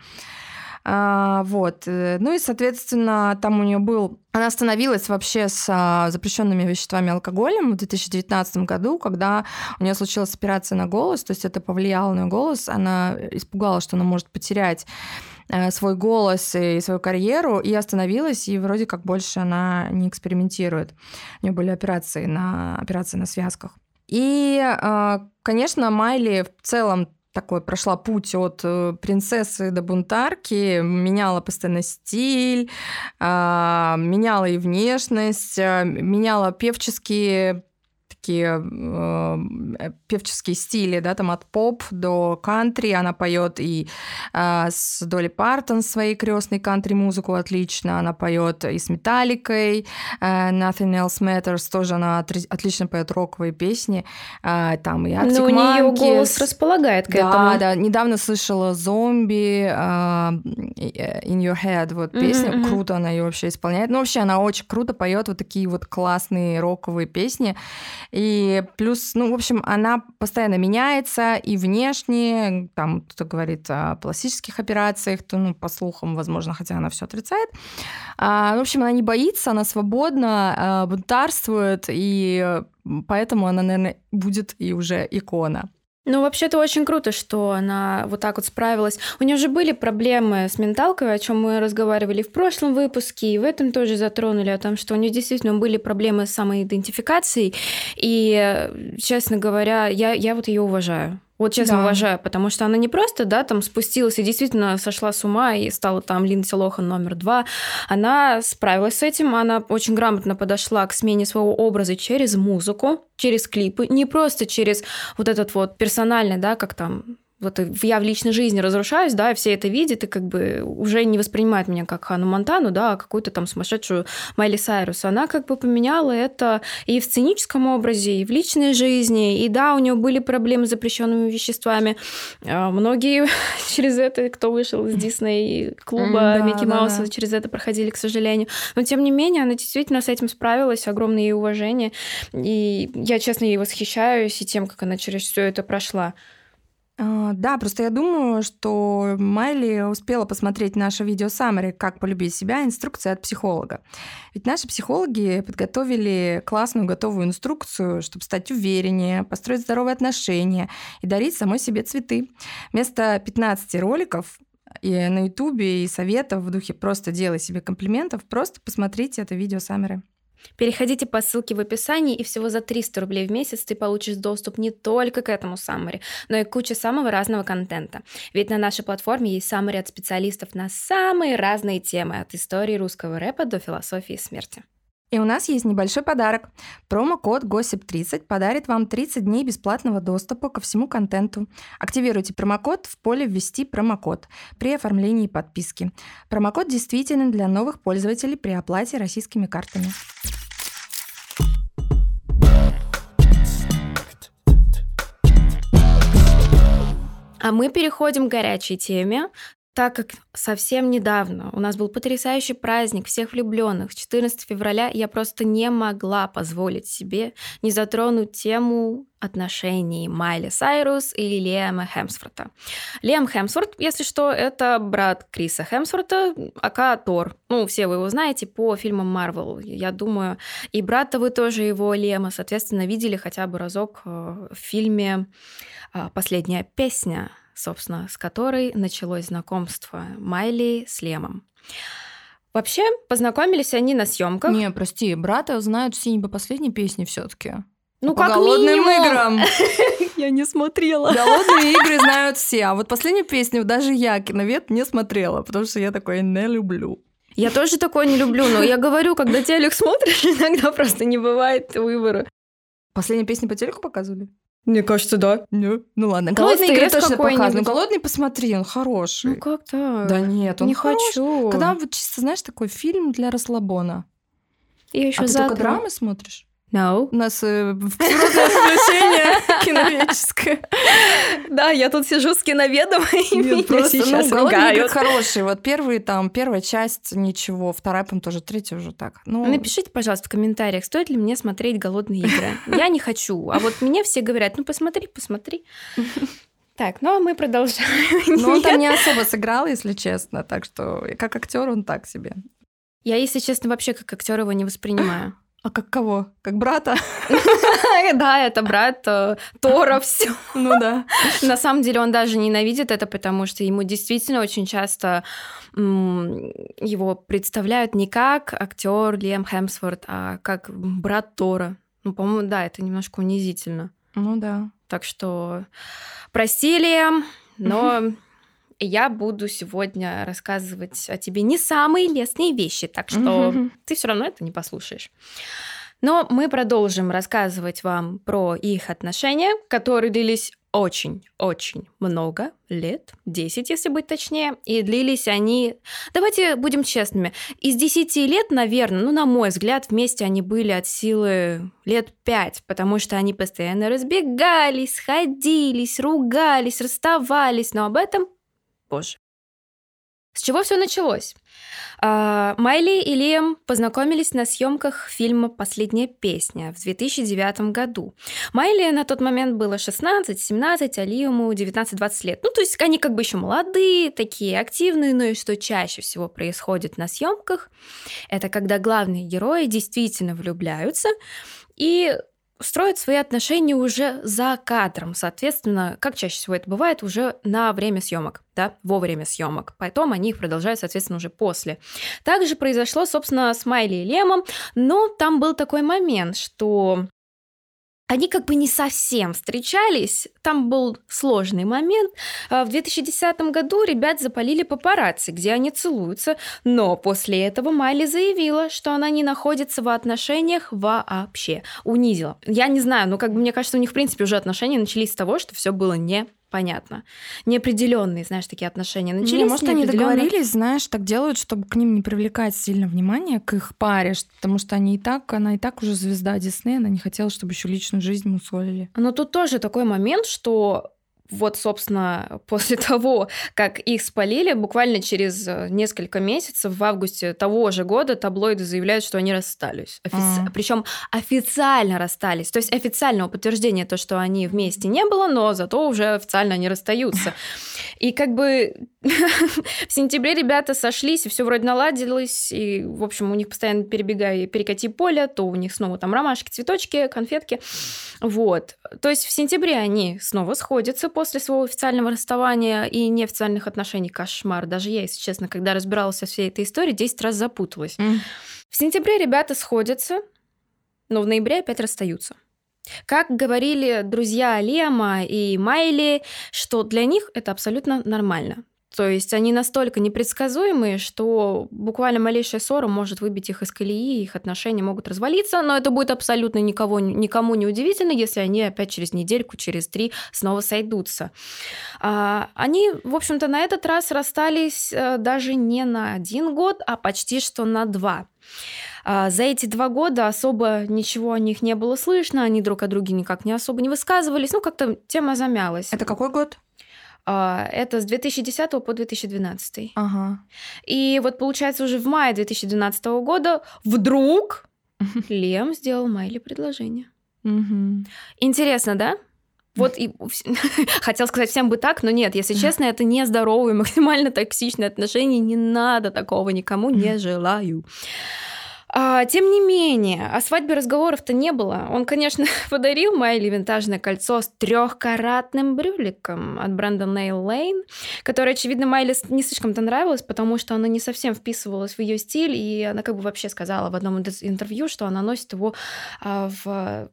А, вот. Ну и, соответственно, там у нее был... Она остановилась вообще с а, запрещенными веществами и алкоголем в две тысячи девятнадцатом году, когда у нее случилась операция на голос, то есть это повлияло на ее голос, она испугалась, что она может потерять э, свой голос и свою карьеру, и остановилась, и вроде как больше она не экспериментирует. У нее были операции на, операции на связках. И, э, конечно, Майли в целом такой прошла путь от принцессы до бунтарки, меняла постоянно стиль, меняла и внешность, меняла певческие такие э, певческие стили, да, там от поп до кантри. Она поет и э, с Долли Партон своей крестной кантри-музыку отлично, она поет и с Металликой, э, Nothing Else Matters, тоже она отри- отлично поет роковые песни, э, там и Arctic Monkeys.
Но у нее голос располагает к
да,
этому.
Да, да, недавно слышала «Зомби», э, «In Your Head», вот песня, mm-hmm. круто она ее вообще исполняет. Ну, вообще она очень круто поет вот такие вот классные роковые песни. И плюс, ну, в общем, она постоянно меняется и внешне, там кто-то говорит о пластических операциях, то, ну, по слухам, возможно, хотя она все отрицает. А, в общем, она не боится, она свободна, а, бунтарствует, и поэтому она, наверное, будет и уже икона.
Ну, вообще-то очень круто, что она вот так вот справилась. У нее же были проблемы с менталкой, о чем мы разговаривали в прошлом выпуске, и в этом тоже затронули, о том, что у нее действительно были проблемы с самоидентификацией. И, честно говоря, я, я вот ее уважаю. Вот честно да. уважаю, потому что она не просто, да, там спустилась и действительно сошла с ума и стала там Линдси Лохан номер два. Она справилась с этим, она очень грамотно подошла к смене своего образа через музыку, через клипы, не просто через вот этот вот персональный, да, как там... Вот я в личной жизни разрушаюсь, да, и все это видят, и как бы уже не воспринимают меня как Ханну Монтану, да, а какую-то там сумасшедшую Майли Сайрус. Она как бы поменяла это и в сценическом образе, и в личной жизни. И да, у нее были проблемы с запрещенными веществами. Многие через это, кто вышел из Дисней-клуба Микки Мауса, да, да. через это проходили, к сожалению. Но тем не менее, она действительно с этим справилась, огромное ей уважение. И я, честно, ей восхищаюсь и тем, как она через все это прошла.
А, Да, просто я думаю, что Майли успела посмотреть наше видео Summary «Как полюбить себя. Инструкция от психолога». Ведь наши психологи подготовили классную готовую инструкцию, чтобы стать увереннее, построить здоровые отношения и дарить самой себе цветы. Вместо пятнадцати роликов и на Ютубе, и советов в духе «просто делай себе комплиментов», просто посмотрите это видео Summary.
Переходите по ссылке в описании, и всего за триста рублей в месяц ты получишь доступ не только к этому Summary, но и к куче самого разного контента. Ведь на нашей платформе есть Summary от специалистов на самые разные темы, от истории русского рэпа до философии смерти.
И у нас есть небольшой подарок. Промокод госип тридцать подарит вам тридцать дней бесплатного доступа ко всему контенту. Активируйте промокод в поле «Ввести промокод» при оформлении подписки. Промокод действителен для новых пользователей при оплате российскими картами.
А мы переходим к горячей теме. Так как совсем недавно у нас был потрясающий праздник всех влюбленных, четырнадцатого февраля, я просто не могла позволить себе не затронуть тему отношений Майли Сайрус и Лиама Хемсворта. Лиам Хемсворт, если что, это брат Криса Хемсворта, ака Тор. Ну, все вы его знаете по фильмам Марвел. Я думаю, и брата вы тоже его, Лиама, соответственно, видели хотя бы разок в фильме «Последняя песня», собственно, с которой началось знакомство Майли с Лемом. Вообще, познакомились они на съемках.
Не, прости, брата знают все не по последней песне все-таки.
Ну,
по
как
голодным
минимум.
играм.
Я не смотрела.
Голодные игры знают все, а вот последнюю песню даже я, киновед, не смотрела, потому что я такое не люблю.
Я тоже такое не люблю, но я говорю, когда телек смотришь, иногда просто не бывает выбора.
Последнюю песню по телеку показывали?
Мне кажется, да.
Не. Ну ладно, голодные игры
СТС
точно
какой-нибудь.
показаны. Голодный посмотри, он хороший.
Ну как так?
Да нет, он
не
хорош.
хочу.
Когда вот чисто, знаешь, такой фильм для расслабона.
Я еще
А ты
завтра.
только драмы смотришь?
No.
У нас э, взрослое приключение киноведческое.
Да, я тут сижу с киноведом, и меня
Нет, просто,
сейчас
ну, голодные игры
ругают.
хорошие. Вот первые там, первая часть ничего, вторая, по-моему, тоже, третья уже так. Ну,
Напишите, пожалуйста, в комментариях, стоит ли мне смотреть «Голодные игры». Я не хочу. А вот мне все говорят, ну посмотри, посмотри. Так, ну а мы продолжаем.
ну, он там
Нет.
не особо сыграл, если честно, так что как актер он так себе.
Я, если честно, вообще как актер его не воспринимаю.
А как кого? Как брата?
Да, это брат э, Тора, все.
Ну да.
На самом деле он даже ненавидит это, потому что ему действительно очень часто м, его представляют не как актер Лиам Хемсворт, а как брат Тора. Ну, по-моему, да, это немножко унизительно.
Ну да.
Так что прости, Лиам, но я буду сегодня рассказывать о тебе не самые лестные вещи, так что
Мгм.
ты все равно это не послушаешь. Но мы продолжим рассказывать вам про их отношения, которые длились очень-очень много лет, десять, если быть точнее, и длились они, давайте будем честными, из десяти лет, наверное, ну, на мой взгляд, вместе они были от силы лет пять, потому что они постоянно разбегались, сходились, ругались, расставались, но об этом позже. С чего все началось? А, Майли и Лиам познакомились на съемках фильма «Последняя песня» в две тысячи девятом году. Майли на тот момент было шестнадцать-семнадцать, а Лиаму девятнадцать-двадцать лет. Ну, то есть они как бы еще молодые, такие активные, но и что чаще всего происходит на съемках, это когда главные герои действительно влюбляются и строят свои отношения уже за кадром. Соответственно, как чаще всего это бывает, уже на время съемок, да, во время съемок. Потом они их продолжают, соответственно, уже после. Также произошло, собственно, с Майли и Лемом, но там был такой момент, что они как бы не совсем встречались. Там был сложный момент. В две тысячи десятом году ребят запалили папарацци, где они целуются, но после этого Майли заявила, что она не находится в отношениях вообще. Унизила. Я не знаю, но как бы мне кажется, у них в принципе уже отношения начались с того, что все было непонятно. Неопределенные, знаешь, такие отношения начались.
Не, может, они
неопределенно.
договорились, знаешь, так делают, чтобы к ним не привлекать сильно внимание, к их паре, ш- потому что они и так, она и так уже звезда Диснея, она не хотела, чтобы еще личную жизнь мусолили.
Но тут тоже такой момент, что вот, собственно, после того, как их спалили, буквально через несколько месяцев, в августе того же года, таблоиды заявляют, что они расстались. Офици... Mm. Причем официально расстались. То есть официального подтверждения то, что они вместе не было, но зато уже официально они расстаются. И как бы в сентябре ребята сошлись, и все вроде наладилось, и, в общем, у них постоянно перебегая перекати поле, то у них снова там ромашки, цветочки, конфетки. Вот. То есть в сентябре они снова сходятся после своего официального расставания и неофициальных отношений. Кошмар. Даже я, если честно, когда разбиралась во всей этой истории, десять раз запуталась. Mm. В сентябре ребята сходятся, но в ноябре опять расстаются. Как говорили друзья Лиама и Майли, что для них это абсолютно нормально. То есть они настолько непредсказуемые, что буквально малейшая ссора может выбить их из колеи, их отношения могут развалиться, но это будет абсолютно никого, никому не удивительно, если они опять через недельку, через три снова сойдутся. Они, в общем-то, на этот раз расстались даже не на один год, а почти что на два. За эти два года особо ничего о них не было слышно, они друг о друге никак не особо не высказывались, ну, как-то тема замялась.
Это какой год?
Это с две тысячи десятого по две тысячи двенадцатый.
Ага.
И вот, получается, уже в мае две тысячи двенадцатого года вдруг Лиам сделал Майли предложение. Интересно, да? Вот и хотел сказать всем бы так, но нет, если честно, это нездоровые, максимально токсичные отношения, не надо такого, никому не желаю. А, тем не менее, о свадьбе разговоров-то не было. Он, конечно, подарил Майли винтажное кольцо с трехкаратным брюликом от бренда Nail Lane, которое, очевидно, Майли не слишком-то нравилось, потому что оно не совсем вписывалось в ее стиль, и она как бы вообще сказала в одном из интервью, что она носит его а, в,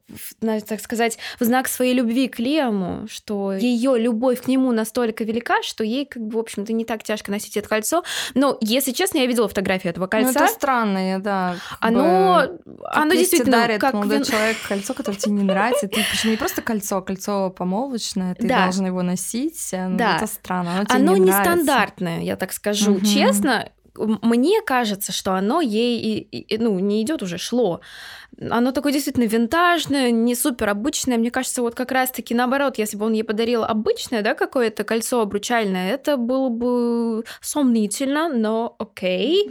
в, так сказать, в знак своей любви к Лиаму, что ее любовь к нему настолько велика, что ей, как бы, в общем-то, не так тяжко носить это кольцо. Но, если честно, я видела фотографию этого кольца.
Ну, это странно, да.
Оно, оно действительно
дарит
как
молодой
вин...
человек кольцо, которое тебе не нравится. Ты, причем не просто кольцо, а кольцо помолвочное, ты да. должна его носить. Ну, да. Это странно. Оно тебе
оно
не нравится.
Нестандартное, я так скажу. Угу. Честно, мне кажется, что оно ей и, и, ну, не идет уже, шло. Оно такое действительно винтажное, не супер обычное. Мне кажется, вот как раз-таки наоборот, если бы он ей подарил обычное, да, какое-то кольцо обручальное, это было бы сомнительно, но окей.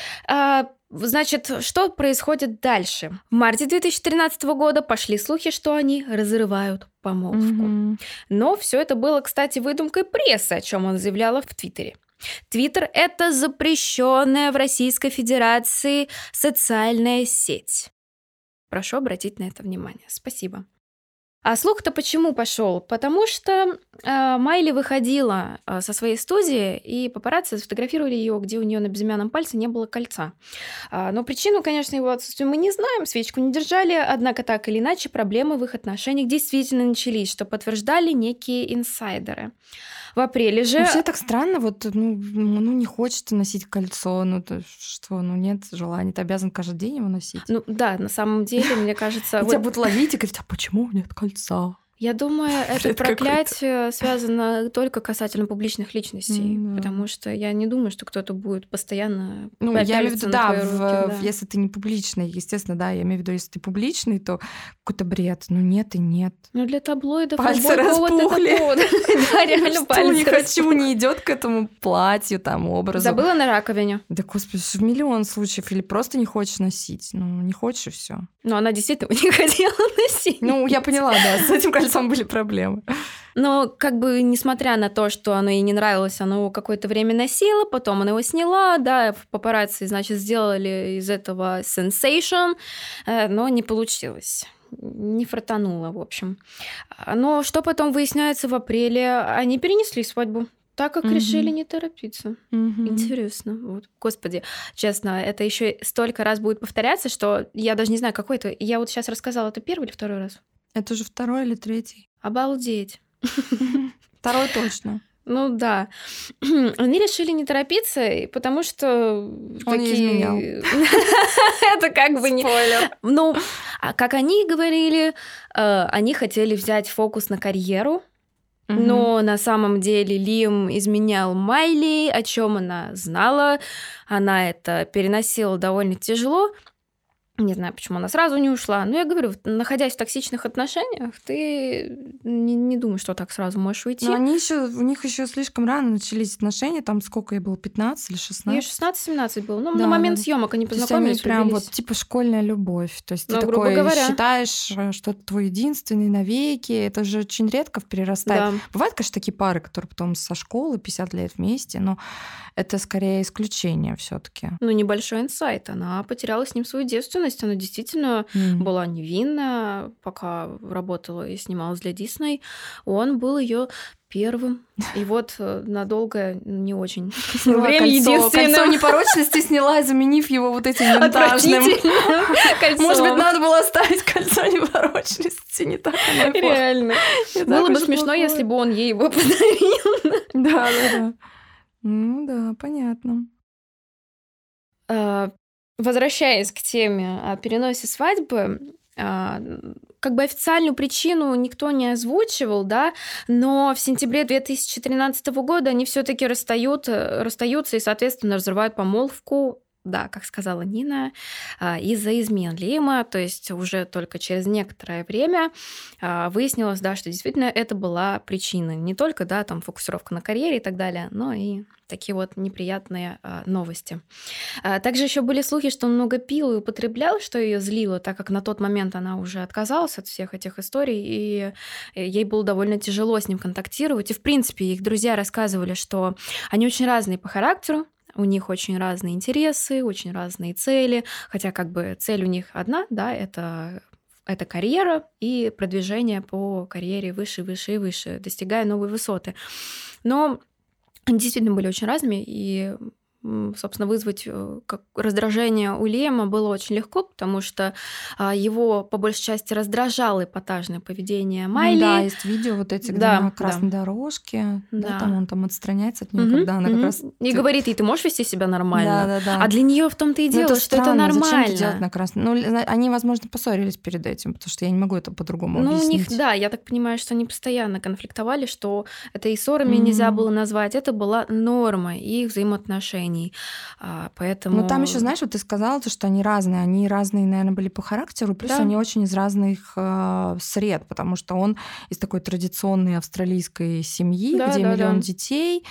А, значит, что происходит дальше? В марте две тысячи тринадцатого года пошли слухи, что они разрывают помолвку. Mm-hmm. Но все это было, кстати, выдумкой прессы, о чем он заявляла в Твиттере. Твиттер – это запрещенная в Российской Федерации социальная сеть. Прошу обратить на это внимание. Спасибо. А слух-то почему пошел? Потому что э, Майли выходила э, со своей студии, и папарацци сфотографировали ее, где у нее на безымянном пальце не было кольца. А, но причину, конечно, его отсутствия мы не знаем, свечку не держали, однако так или иначе проблемы в их отношениях действительно начались, что подтверждали некие инсайдеры. В апреле же...
Вообще так странно, вот, ну, ну не хочется носить кольцо, ну то что, ну нет желания, ты обязан каждый день его носить.
Ну да, на самом деле, мне кажется...
Тебя будут ловить и говорить, а почему нет кольца?
Я думаю, это проклятие связано только касательно публичных личностей, mm-hmm. потому что я не думаю, что кто-то будет постоянно
ну, я имею в виду, да,
руки,
в,
да,
если ты не публичный, естественно, да, я имею в виду, если ты публичный, то какой-то бред, ну нет и нет.
Ну для таблоидов
пальцы распухли.
Да, реально пальцы
не хочу, не идет к этому платью, там, образу.
Забыла на раковине.
Да, господи, миллион случаев, или просто не хочешь носить, ну не хочешь и все.
Ну она действительно не хотела носить.
Ну я поняла, да, с этим кольцом были проблемы.
Но как бы несмотря на то, что оно ей не нравилось, оно его какое-то время носила, потом она его сняла, да, папарацци, значит, сделали из этого sensation, но не получилось. Не фартануло, в общем. Но что потом выясняется в апреле? Они перенесли свадьбу, так как mm-hmm. решили не торопиться. Mm-hmm. Интересно. Вот. Господи, честно, это еще столько раз будет повторяться, что я даже не знаю, какой это. Я вот сейчас рассказала, это первый или второй раз?
Это уже второй или третий?
Обалдеть.
Второй точно.
Ну да. Они решили не торопиться, потому что...
Он такие... не изменял.
Это как бы не...
Спойлер.
Ну, как они говорили, они хотели взять фокус на карьеру, но на самом деле Лиам изменял Майли, о чем она знала. Она это переносила довольно тяжело. Не знаю, почему она сразу не ушла. Но я говорю, находясь в токсичных отношениях, ты не, не думаешь, что так сразу можешь уйти.
Но они еще, у них еще слишком рано начались отношения. Там сколько ей было, пятнадцать или шестнадцать?
Ей шестнадцать-семнадцать было. Ну,
Да,
на момент
да.
съемок они
То есть
познакомились,
они прям
влюбились.
вот типа школьная любовь. То есть
Ну,
ты
грубо
такой
говоря.
считаешь, что это твой единственный навеки. Это же очень редко перерастает.
Да.
Бывают, конечно, такие пары, которые потом со школы пятьдесят лет вместе, но это скорее исключение все-таки.
Ну, небольшой инсайт. Она потеряла с ним свою девственность. Она действительно была невинна, пока работала и снималась для Дисней. Он был ее первым. И вот надолго не очень
Сняла
время
кольцо,
единственным.
кольцо непорочности сняла, заменив его вот этим винтажным.
Кольцом.
Может быть, надо было оставить кольцо непорочности, не так оно и было.
Реально.
Не
Было
так
бы
уж и
смешно,
плохое.
если бы он ей его подарил.
Да, да, да. Ну да, понятно.
А, Возвращаясь к теме о переносе свадьбы, а, как бы официальную причину никто не озвучивал, да, но в сентябре две тысячи тринадцатого года они все-таки расстают, расстаются и, соответственно, разрывают помолвку. Да, как сказала Нина, а, из-за измен Лиама, то есть уже только через некоторое время а, выяснилось, да, что действительно это была причина. Не только, да, там фокусировка на карьере и так далее, но и такие вот неприятные а, новости. А, также еще были слухи, что он много пил и употреблял, что ее злило, так как на тот момент она уже отказалась от всех этих историй, и ей было довольно тяжело с ним контактировать. И, в принципе, их друзья рассказывали, что они очень разные по характеру, у них очень разные интересы, очень разные цели, хотя как бы цель у них одна, да, это, это карьера и продвижение по карьере выше, выше и выше, достигая новые высоты. Но они действительно были очень разными, и, собственно, вызвать как раздражение у Лиама было очень легко, потому что его по большей части раздражало эпатажное поведение Майли.
Да, есть видео вот эти, где
Да,
на красной
да.
дорожке, да.
Да.
там он там отстраняется от нее,
Мгм,
когда она как
мгм.
раз...
И говорит ей, ты можешь вести себя нормально?
Да, да, да.
А для нее в том-то и
Ну,
дело, что это
странно,
нормально.
Зачем это делать на красной? Ну, зна- они, возможно, поссорились перед этим, потому что я не могу это по-другому
Ну, у
объяснить.
них, да, я так понимаю, что они постоянно конфликтовали, что это и ссорами
Мгм.
нельзя было назвать, это была норма их взаимоотношений. А, Поэтому...
Ну, там еще, знаешь, вот ты сказала, то, что они разные. Они разные, наверное, были по характеру, плюс
Да.
они очень из разных э, сред, потому что он из такой традиционной австралийской семьи,
Да,
где
да,
миллион
да.
детей,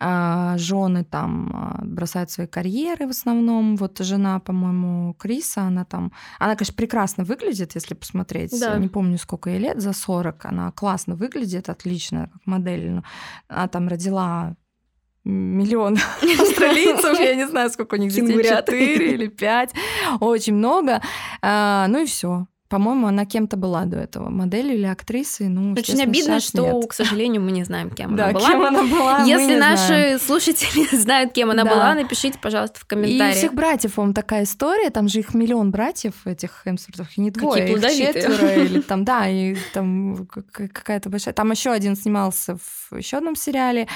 э, жены там э, бросают свои карьеры в основном. Вот жена, по-моему, Криса, она там... Она, конечно, прекрасно выглядит, если посмотреть.
Да.
Не помню, сколько ей лет, за сорок. Она классно выглядит, отлично, как модель. Но она там родила миллион австралийцев, я не знаю, сколько у них детей,
Кенгурят.
четыре или пять, очень много. А, ну и все. По-моему, она кем-то была до этого, моделью или актрисой. Ну,
Очень
естественно,
обидно,
сейчас
что,
нет.
к сожалению, мы не знаем, кем
Да,
она была.
кем она была, мы
Если
не
наши
знаем.
слушатели знают, кем она
Да.
была, напишите, пожалуйста, в
И у
комментариях.
всех братьев, по-моему, такая история. Там же их миллион братьев, этих Хемсвортов, и не
Какие
двое, их
плодовитые.
четверо. Или там, да, и там как- какая-то большая... Там еще один снимался в еще одном сериале.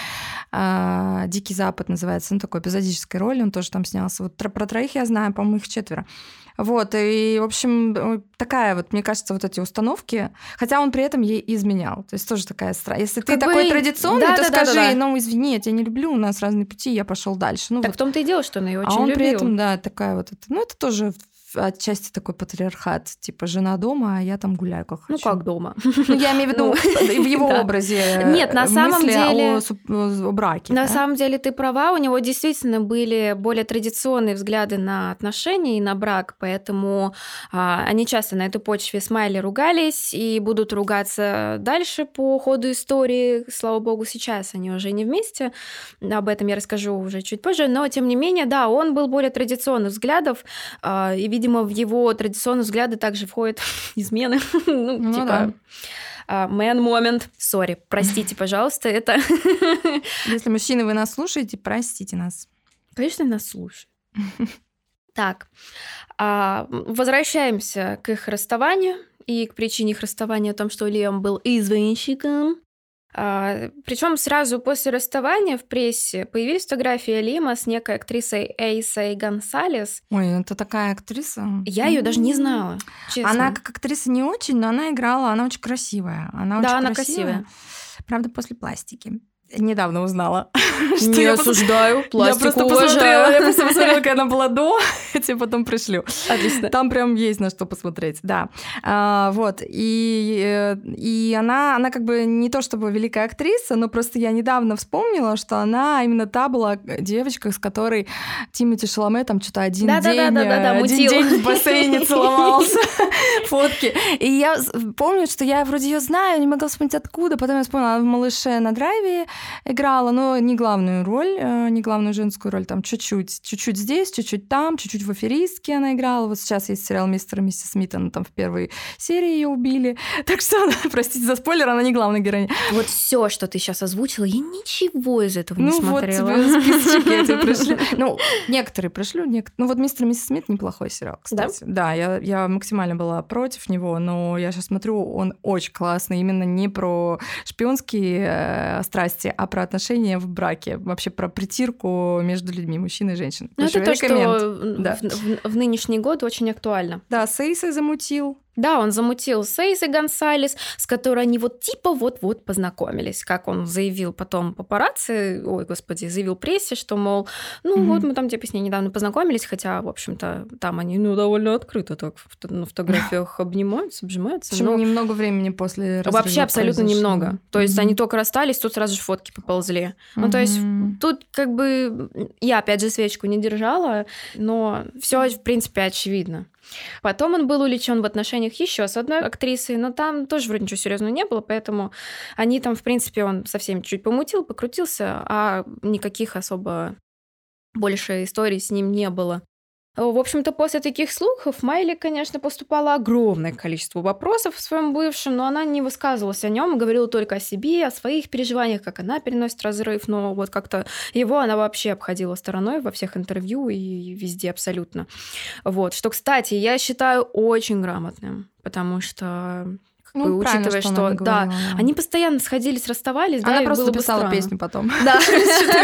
а, «Дикий Запад» называется. Ну, такой эпизодической роли. Он тоже там снялся. Вот тро- про троих я знаю, по-моему, их четверо. Вот, и, в общем, такая вот, мне кажется, вот эти установки, хотя он при этом ей изменял. То есть тоже такая странная. Если ты
Как
такой
бы-
традиционный,
да,
то
да, да,
скажи,
да, да.
ну, извини, я тебя не люблю, у нас разные пути, я пошел дальше. Ну,
Так
вот.
в том-то и дело, что она ее
А
очень
он
любил.
при этом, да, такая вот, это- ну, это тоже отчасти такой патриархат, типа жена дома, а я там гуляю как
Ну,
хочу.
как дома.
Ну, я имею в виду в его
Да.
образе.
Нет, на самом
мысли
деле-
о суп- о браке.
На
да?
самом деле ты права, у него действительно были более традиционные взгляды на отношения и на брак, поэтому а, они часто на этой почве с Майли ругались и будут ругаться дальше по ходу истории. Слава богу, сейчас они уже не вместе, об этом я расскажу уже чуть позже, но тем не менее, да, он был более традиционных взглядов, а, и, видимо, в его традиционные взгляды также входят измены, ну,
Ну
типа...
да.
а, Man moment. Сори, простите, пожалуйста, это...
Если мужчины, вы нас слушаете, простите нас.
Конечно, нас слушают. Так, а, возвращаемся к их расставанию и к причине их расставания о том, что Лиам был изменщиком. А, причем сразу после расставания в прессе появились фотографии Лиама с некой актрисой Эйсой Гонсалес.
Ой, это такая актриса.
Я ее даже не
М.
знала, честно.
Она как актриса не очень, но она играла, она очень красивая. Она
Да,
очень
она
красивая.
красивая.
Правда, после пластики. Недавно узнала.
Не осуждаю, пластику
я просто
уважаю.
Посмотрела, я просто посмотрела, какая она была до, я тебе потом пришлю.
Отлично.
Там прям есть на что посмотреть, да. А, вот, и, и она, она как бы не то чтобы великая актриса, но просто я недавно вспомнила, что она именно та была девочка, с которой Тимоти Шаломе там что-то один
да,
день,
да, да, да, да,
один
мутил.
день в бассейне целовался, фотки. И я помню, что я вроде ее знаю, не могла вспомнить откуда, потом я вспомнила, она в «Малыше на драйве» играла, но не главную роль, не главную женскую роль, там чуть-чуть, чуть-чуть здесь, чуть-чуть там, чуть-чуть в «Аферистке» она играла. Вот сейчас есть сериал «Мистер и миссис Смит», она там в первой серии ее убили. Так что, простите за спойлер, она не главная героиня.
Вот все, что ты сейчас озвучила, я ничего из этого не
ну,
смотрела.
Ну вот тебе списочек я тебе пришлю. Ну, некоторые пришлю, некоторые. Ну вот «Мистер и миссис Смит» неплохой сериал, кстати. Да, да я, я максимально была против него, но я сейчас смотрю, он очень классный, именно не про шпионские э, страсти, а про отношения в браке, вообще про притирку между людьми, мужчин и женщин.
Ну, это то, что
да.
в, в, в нынешний год очень актуально.
Да, с Эйсой замутил.
Да, он замутил с Эйсой Гонсалес, с которой они вот типа вот-вот познакомились. Как он заявил потом папарацци, ой, господи, заявил прессе, что, мол, ну mm-hmm. вот мы там типа с ней недавно познакомились, хотя, в общем-то, там они, ну, довольно открыто так на фотографиях обнимаются, обжимаются.
Почему но... немного времени после разрыва
Вообще абсолютно
произошло.
немного. То есть
mm-hmm. они
только расстались, тут сразу же фотки поползли. Mm-hmm. Ну, то есть тут как бы я, опять же, свечку не держала, но все в принципе, очевидно. Потом он был увлечен в отношениях еще с одной актрисой, но там тоже вроде ничего серьезного не было, поэтому они там, в принципе, он со всеми чуть помутил, покрутился, а никаких особо больше историй с ним не было. В общем-то, после таких слухов Майли, конечно, поступало огромное количество вопросов в своем бывшем, но она не высказывалась о нем, говорила только о себе, о своих переживаниях, как она переносит разрыв, но вот как-то его она вообще обходила стороной во всех интервью и везде абсолютно. Вот. Что, кстати, я считаю очень грамотным, потому что...
Ну,
учитывая, что, что да,
говорила.
они постоянно сходились, расставались,
она
да,
просто
было
писала
странно.
песню потом.
Да, четыре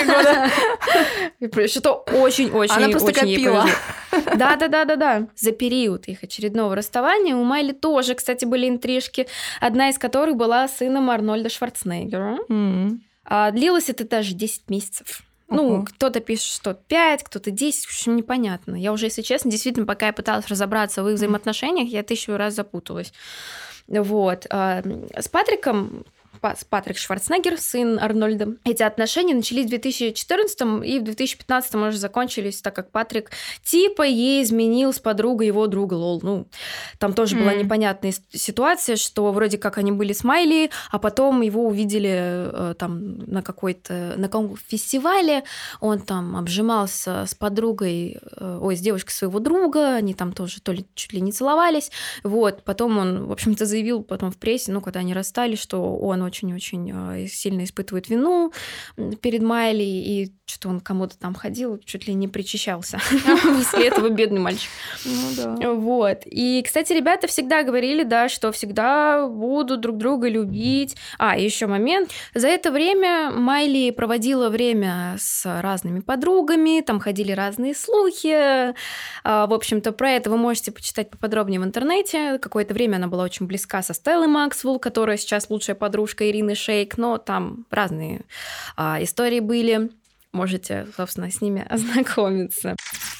года. Что очень-очень
Она просто копила.
Да-да-да-да-да. За период их очередного расставания у Майли тоже, кстати, были интрижки, одна из которых была сыном Арнольда Шварценеггера.
Mm-hmm.
А, длилось это даже десять месяцев. Ну, uh-huh. кто-то пишет, что пять, кто-то десять, в общем, непонятно. Я уже, если честно, действительно, пока я пыталась разобраться в их взаимоотношениях, я тысячу раз запуталась. Вот. С Патриком, Патрик Шварценеггер, сын Арнольда, эти отношения начались в две тысячи четырнадцатом и в две тысячи пятнадцатом уже закончились, так как Патрик типа ей изменил с подругой его друга, лол. Ну, там тоже mm. была непонятная ситуация, что вроде как они были с Майли, а потом его увидели там на какой-то, на каком-то фестивале, он там обжимался с подругой, ой, с девушкой своего друга, они там тоже то ли чуть ли не целовались, вот, потом он, в общем-то, заявил потом в прессе, ну, когда они расстались, что он очень-очень сильно испытывает вину перед Майли, и что-то он кому-то там ходил, чуть ли не причащался. После этого бедный мальчик.
Ну да.
Вот. И, кстати, ребята всегда говорили, да, что всегда будут друг друга любить. А, еще момент. За это время Майли проводила время с разными подругами, там ходили разные слухи. В общем-то, про это вы можете почитать поподробнее в интернете. Какое-то время она была очень близка со Стеллой Максвелл, которая сейчас лучшая подружка Ирины Шейк, но там разные а, истории были. Можете, собственно, с ними ознакомиться.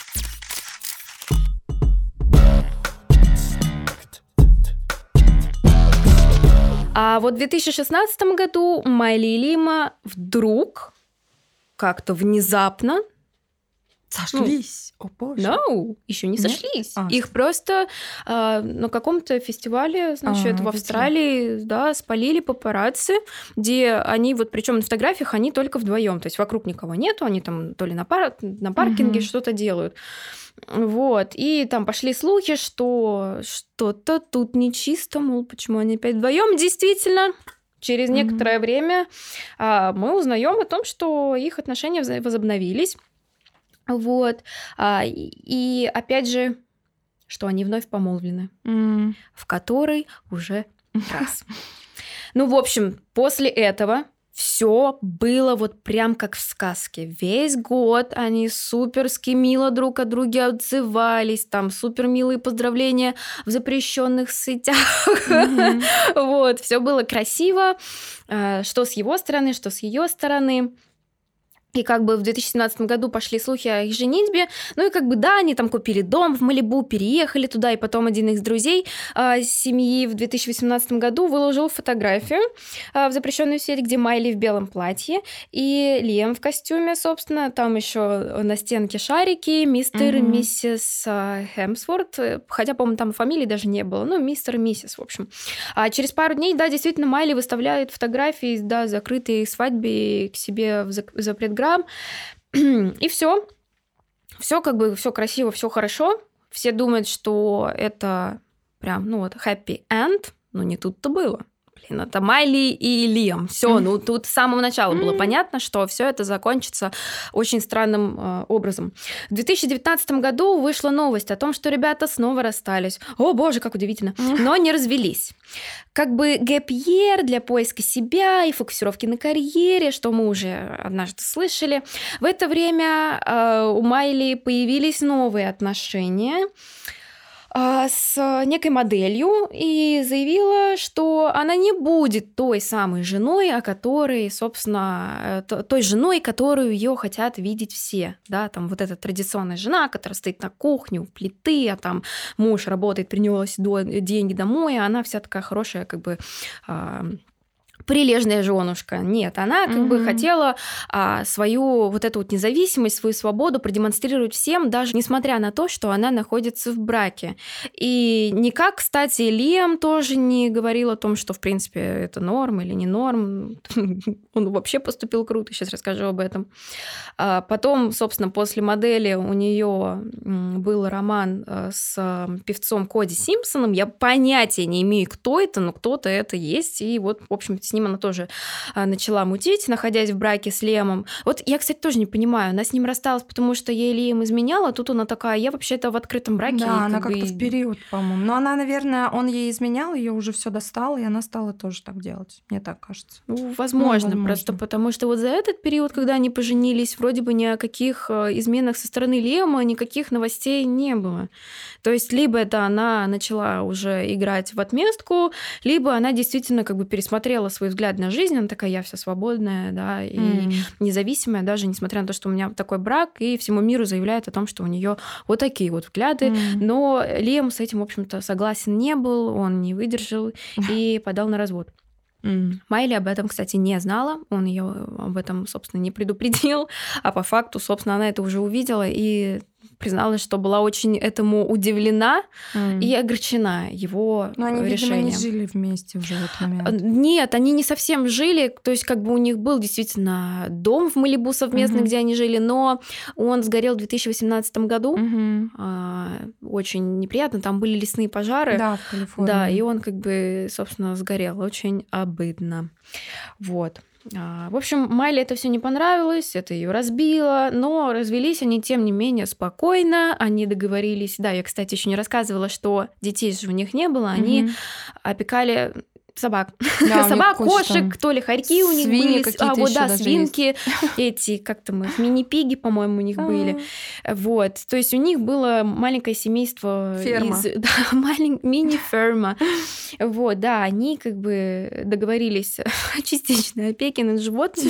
А вот в две тысячи шестнадцатом году Майли и Лима вдруг как-то внезапно
сошлись.
Ну,
О, боже.
No, еще не сошлись.
А,
Их просто э, на каком-то фестивале, значит, а, в Австралии, да, спалили папарацци, где они вот, причем на фотографиях они только вдвоем, то есть вокруг никого нету, они там то ли на, пар... на паркинге угу. что-то делают. Вот, и там пошли слухи, что что-то тут нечисто, мол, почему они опять вдвоем. Действительно, через mm-hmm. некоторое время а, мы узнаем о том, что их отношения возобновились. Вот, а, и, и опять же, что они вновь помолвлены,
mm.
в который уже раз. Ну, в общем, после этого все было вот прям как в сказке. Весь год они суперски мило друг о друге отзывались, там супер милые поздравления в запрещенных сетях. Mm-hmm. Вот, все было красиво, что с его стороны, что с ее стороны. И как бы в две тысячи семнадцатом году пошли слухи о их женитьбе. Ну и как бы да, они там купили дом в Малибу, переехали туда, и потом один из друзей э, семьи в две тысячи восемнадцатом году выложил фотографию э, в запрещенную сеть, где Майли в белом платье и Лиам в костюме, собственно. Там еще на стенке шарики, мистер и миссис э, Хемсворт, хотя, по-моему, там фамилии даже не было, ну, мистер и миссис, в общем. А через пару дней, да, действительно, Майли выставляет фотографии, да, закрытой свадьбе к себе в запретграм. И все. Все как бы все красиво, все хорошо. Все думают, что это прям, ну вот, happy end, но не тут-то было. Блин, это Майли и Лиам. Все, ну тут с самого начала было понятно, что все это закончится очень странным э, образом. В две тысячи девятнадцатом году вышла новость о том, что ребята снова расстались. О, боже, как удивительно. Но не развелись. Как бы гэп-йер для поиска себя и фокусировки на карьере, что мы уже однажды слышали. В это время э, у Майли появились новые отношения с некой моделью и заявила, что она не будет той самой женой, о которой, собственно, той женой, которую ее хотят видеть все. Да, там вот эта традиционная жена, которая стоит на кухне у плиты, а там муж работает, принес деньги домой, а она вся такая хорошая, как бы... прилежная женушка. Нет, она как mm-hmm. бы хотела а, свою вот эту вот независимость, свою свободу продемонстрировать всем, даже несмотря на то, что она находится в браке. И никак, кстати, Лиам тоже не говорил о том, что, в принципе, это норм или не норм. Он вообще поступил круто, сейчас расскажу об этом. А потом, собственно, после модели у нее был роман с певцом Коди Симпсоном. Я понятия не имею, кто это, но кто-то это есть. И вот, в общем, с ним она тоже а, начала мутить, находясь в браке с Лиамом. Вот я, кстати, тоже не понимаю. Она с ним рассталась, потому что ей Лиам изменяла, а тут она такая, я вообще-то в открытом браке.
Да, она
как
как-то
бы...
в период, по-моему. Но она, наверное, он ей изменял, ее уже все достало, и она стала тоже так делать. Мне так кажется.
Ну, возможно,
ну, возможно.
Просто потому что вот за этот период, когда они поженились, вроде бы ни о каких изменах со стороны Лиама никаких новостей не было. То есть либо это она начала уже играть в отместку, либо она действительно как бы пересмотрела свой взгляд на жизнь, она такая, я вся свободная, да, и mm. независимая, даже несмотря на то, что у меня такой брак, и всему миру заявляет о том, что у нее вот такие вот взгляды. Mm. Но Лиам с этим, в общем-то, согласен не был, он не выдержал и подал на развод. Mm. Майли об этом, кстати, не знала, он ее об этом, собственно, не предупредил, а по факту, собственно, она это уже увидела и призналась, что была очень этому удивлена mm. и огорчена его
Но они,
решением.
видимо, не жили вместе уже в этот момент.
Нет, они не совсем жили, то есть как бы у них был действительно дом в Малибу совместный, mm-hmm. где они жили, но он сгорел в две тысячи восемнадцатом году. Mm-hmm. А, очень неприятно, там были лесные пожары.
Да, в Калифорнии.
Да, и он как бы, собственно, сгорел. Очень обидно. Вот. В общем, Майли это все не понравилось, это ее разбило, но развелись они, тем не менее, спокойно, они договорились. Да, я, кстати, еще не рассказывала, что детей же у них не было, они mm-hmm. опекали собак. Да, собак, кошек, то ли хорьки у них были. А вот да, свинки, эти, как там их, мини-пиги, по-моему, у них были. Вот. То есть у них было маленькое семейство.
Ферма.
Из, да, малень... мини-ферма. Вот, да, они как бы договорились о частичной опеке над животными.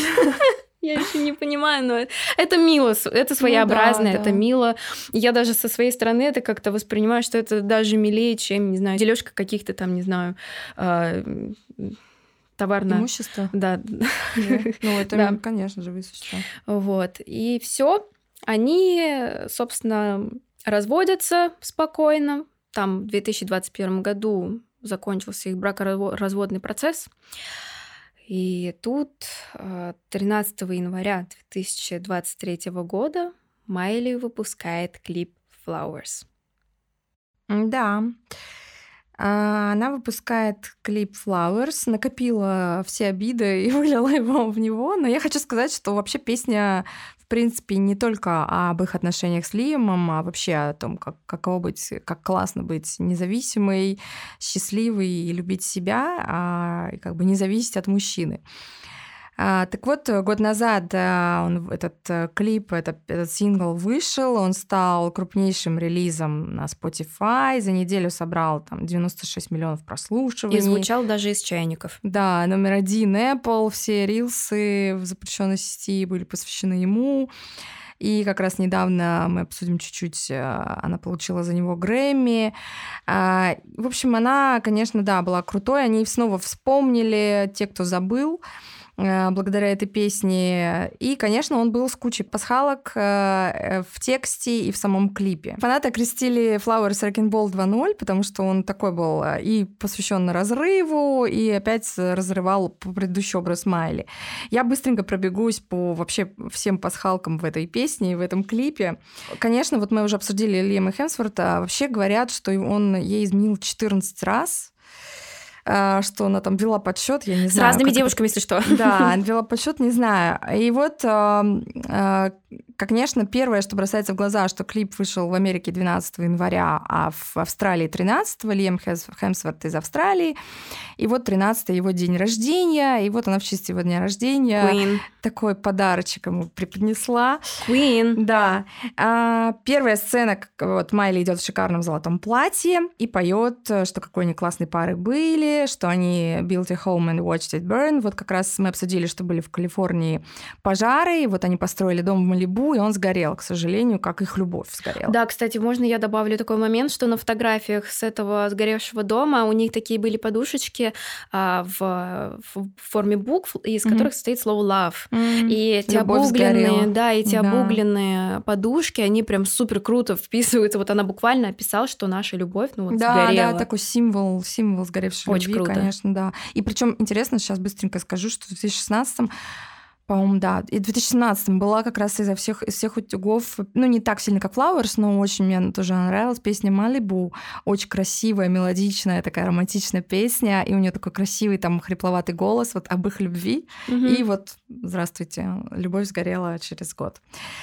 Я еще не понимаю, но это мило, это своеобразно, ну, да, это да. мило. Я даже со своей стороны это как-то воспринимаю, что это даже милее, чем, не знаю, дележка каких-то там, не знаю, э, товарно...
Имущество?
Да.
Ну, это, конечно, живые существа.
Вот. И все. Они, собственно, разводятся спокойно. Там в две тысячи двадцать первом году закончился их бракоразводный процесс. И тут тринадцатого января две тысячи двадцать третьего года Майли выпускает клип Flowers.
Да. Она выпускает клип Flowers, накопила все обиды и вылила его в него. Но я хочу сказать, что вообще песня, в принципе, не только об их отношениях с Лиамом, а вообще о том, как, каково быть, как классно быть независимой, счастливой и любить себя, а как бы не зависеть от мужчины. А, так вот, год назад а, он, этот а, клип, этот, этот сингл вышел, он стал крупнейшим релизом на Spotify, за неделю собрал там девяносто шесть миллионов прослушиваний.
И звучал даже из чайников.
Да, номер один Apple, все рилсы в запрещенной сети были посвящены ему. И как раз недавно мы обсудим чуть-чуть, она получила за него Грэмми. В общем, она, конечно, да, была крутой, они снова вспомнили, те, кто забыл, благодаря этой песне. И, конечно, он был с кучей пасхалок в тексте и в самом клипе. Фанаты окрестили Flowers Wrecking Ball два ноль, потому что он такой был и посвящен разрыву, и опять разрывал предыдущий образ Майли. Я быстренько пробегусь по вообще всем пасхалкам в этой песне и в этом клипе. Конечно, вот мы уже обсудили Лиама Хемсворта. Вообще говорят, что он ей изменил четырнадцать раз, что она там вела подсчет, я не
С
знаю.
С разными
это...
девушками, если что.
Да, вела подсчет, не знаю. И вот, конечно, первое, что бросается в глаза, что клип вышел в Америке двенадцатого января, а в Австралии тринадцатого. Лиам Хемсворт из Австралии. И вот тринадцатого его день рождения, и вот она в честь его дня рождения
Queen.
Такой подарочек ему преподнесла.
Queen.
Да. Первая сцена, вот Майли идет в шикарном золотом платье и поет, что какой они классные пары были, что они built a home and watched it burn. Вот как раз мы обсудили, что были в Калифорнии пожары, и вот они построили дом в Малибу, и он сгорел, к сожалению, как их любовь сгорела.
Да, кстати, можно я добавлю такой момент, что на фотографиях с этого сгоревшего дома у них такие были подушечки а, в, в форме букв, из mm-hmm. которых состоит слово love. Mm-hmm. И эти любовь обугленные, сгорела. Да, эти да. обугленные подушки, они прям супер круто вписываются. Вот она буквально описала, что наша любовь, ну вот
да,
сгорела.
Да, такой символ, символ сгоревшей
Очень
любви,
круто.
Конечно, да. И причем интересно, сейчас быстренько скажу, что в две тысячи шестнадцатом, по-моему, да, и в две тысячи семнадцатом была как раз изо всех, из всех утюгов, ну, не так сильно, как Flowers, но очень мне она тоже нравилась, песня «Малибу». Очень красивая, мелодичная, такая романтичная песня, и у нее такой красивый там хрипловатый голос вот об их любви. Mm-hmm. И вот, здравствуйте, любовь сгорела через год.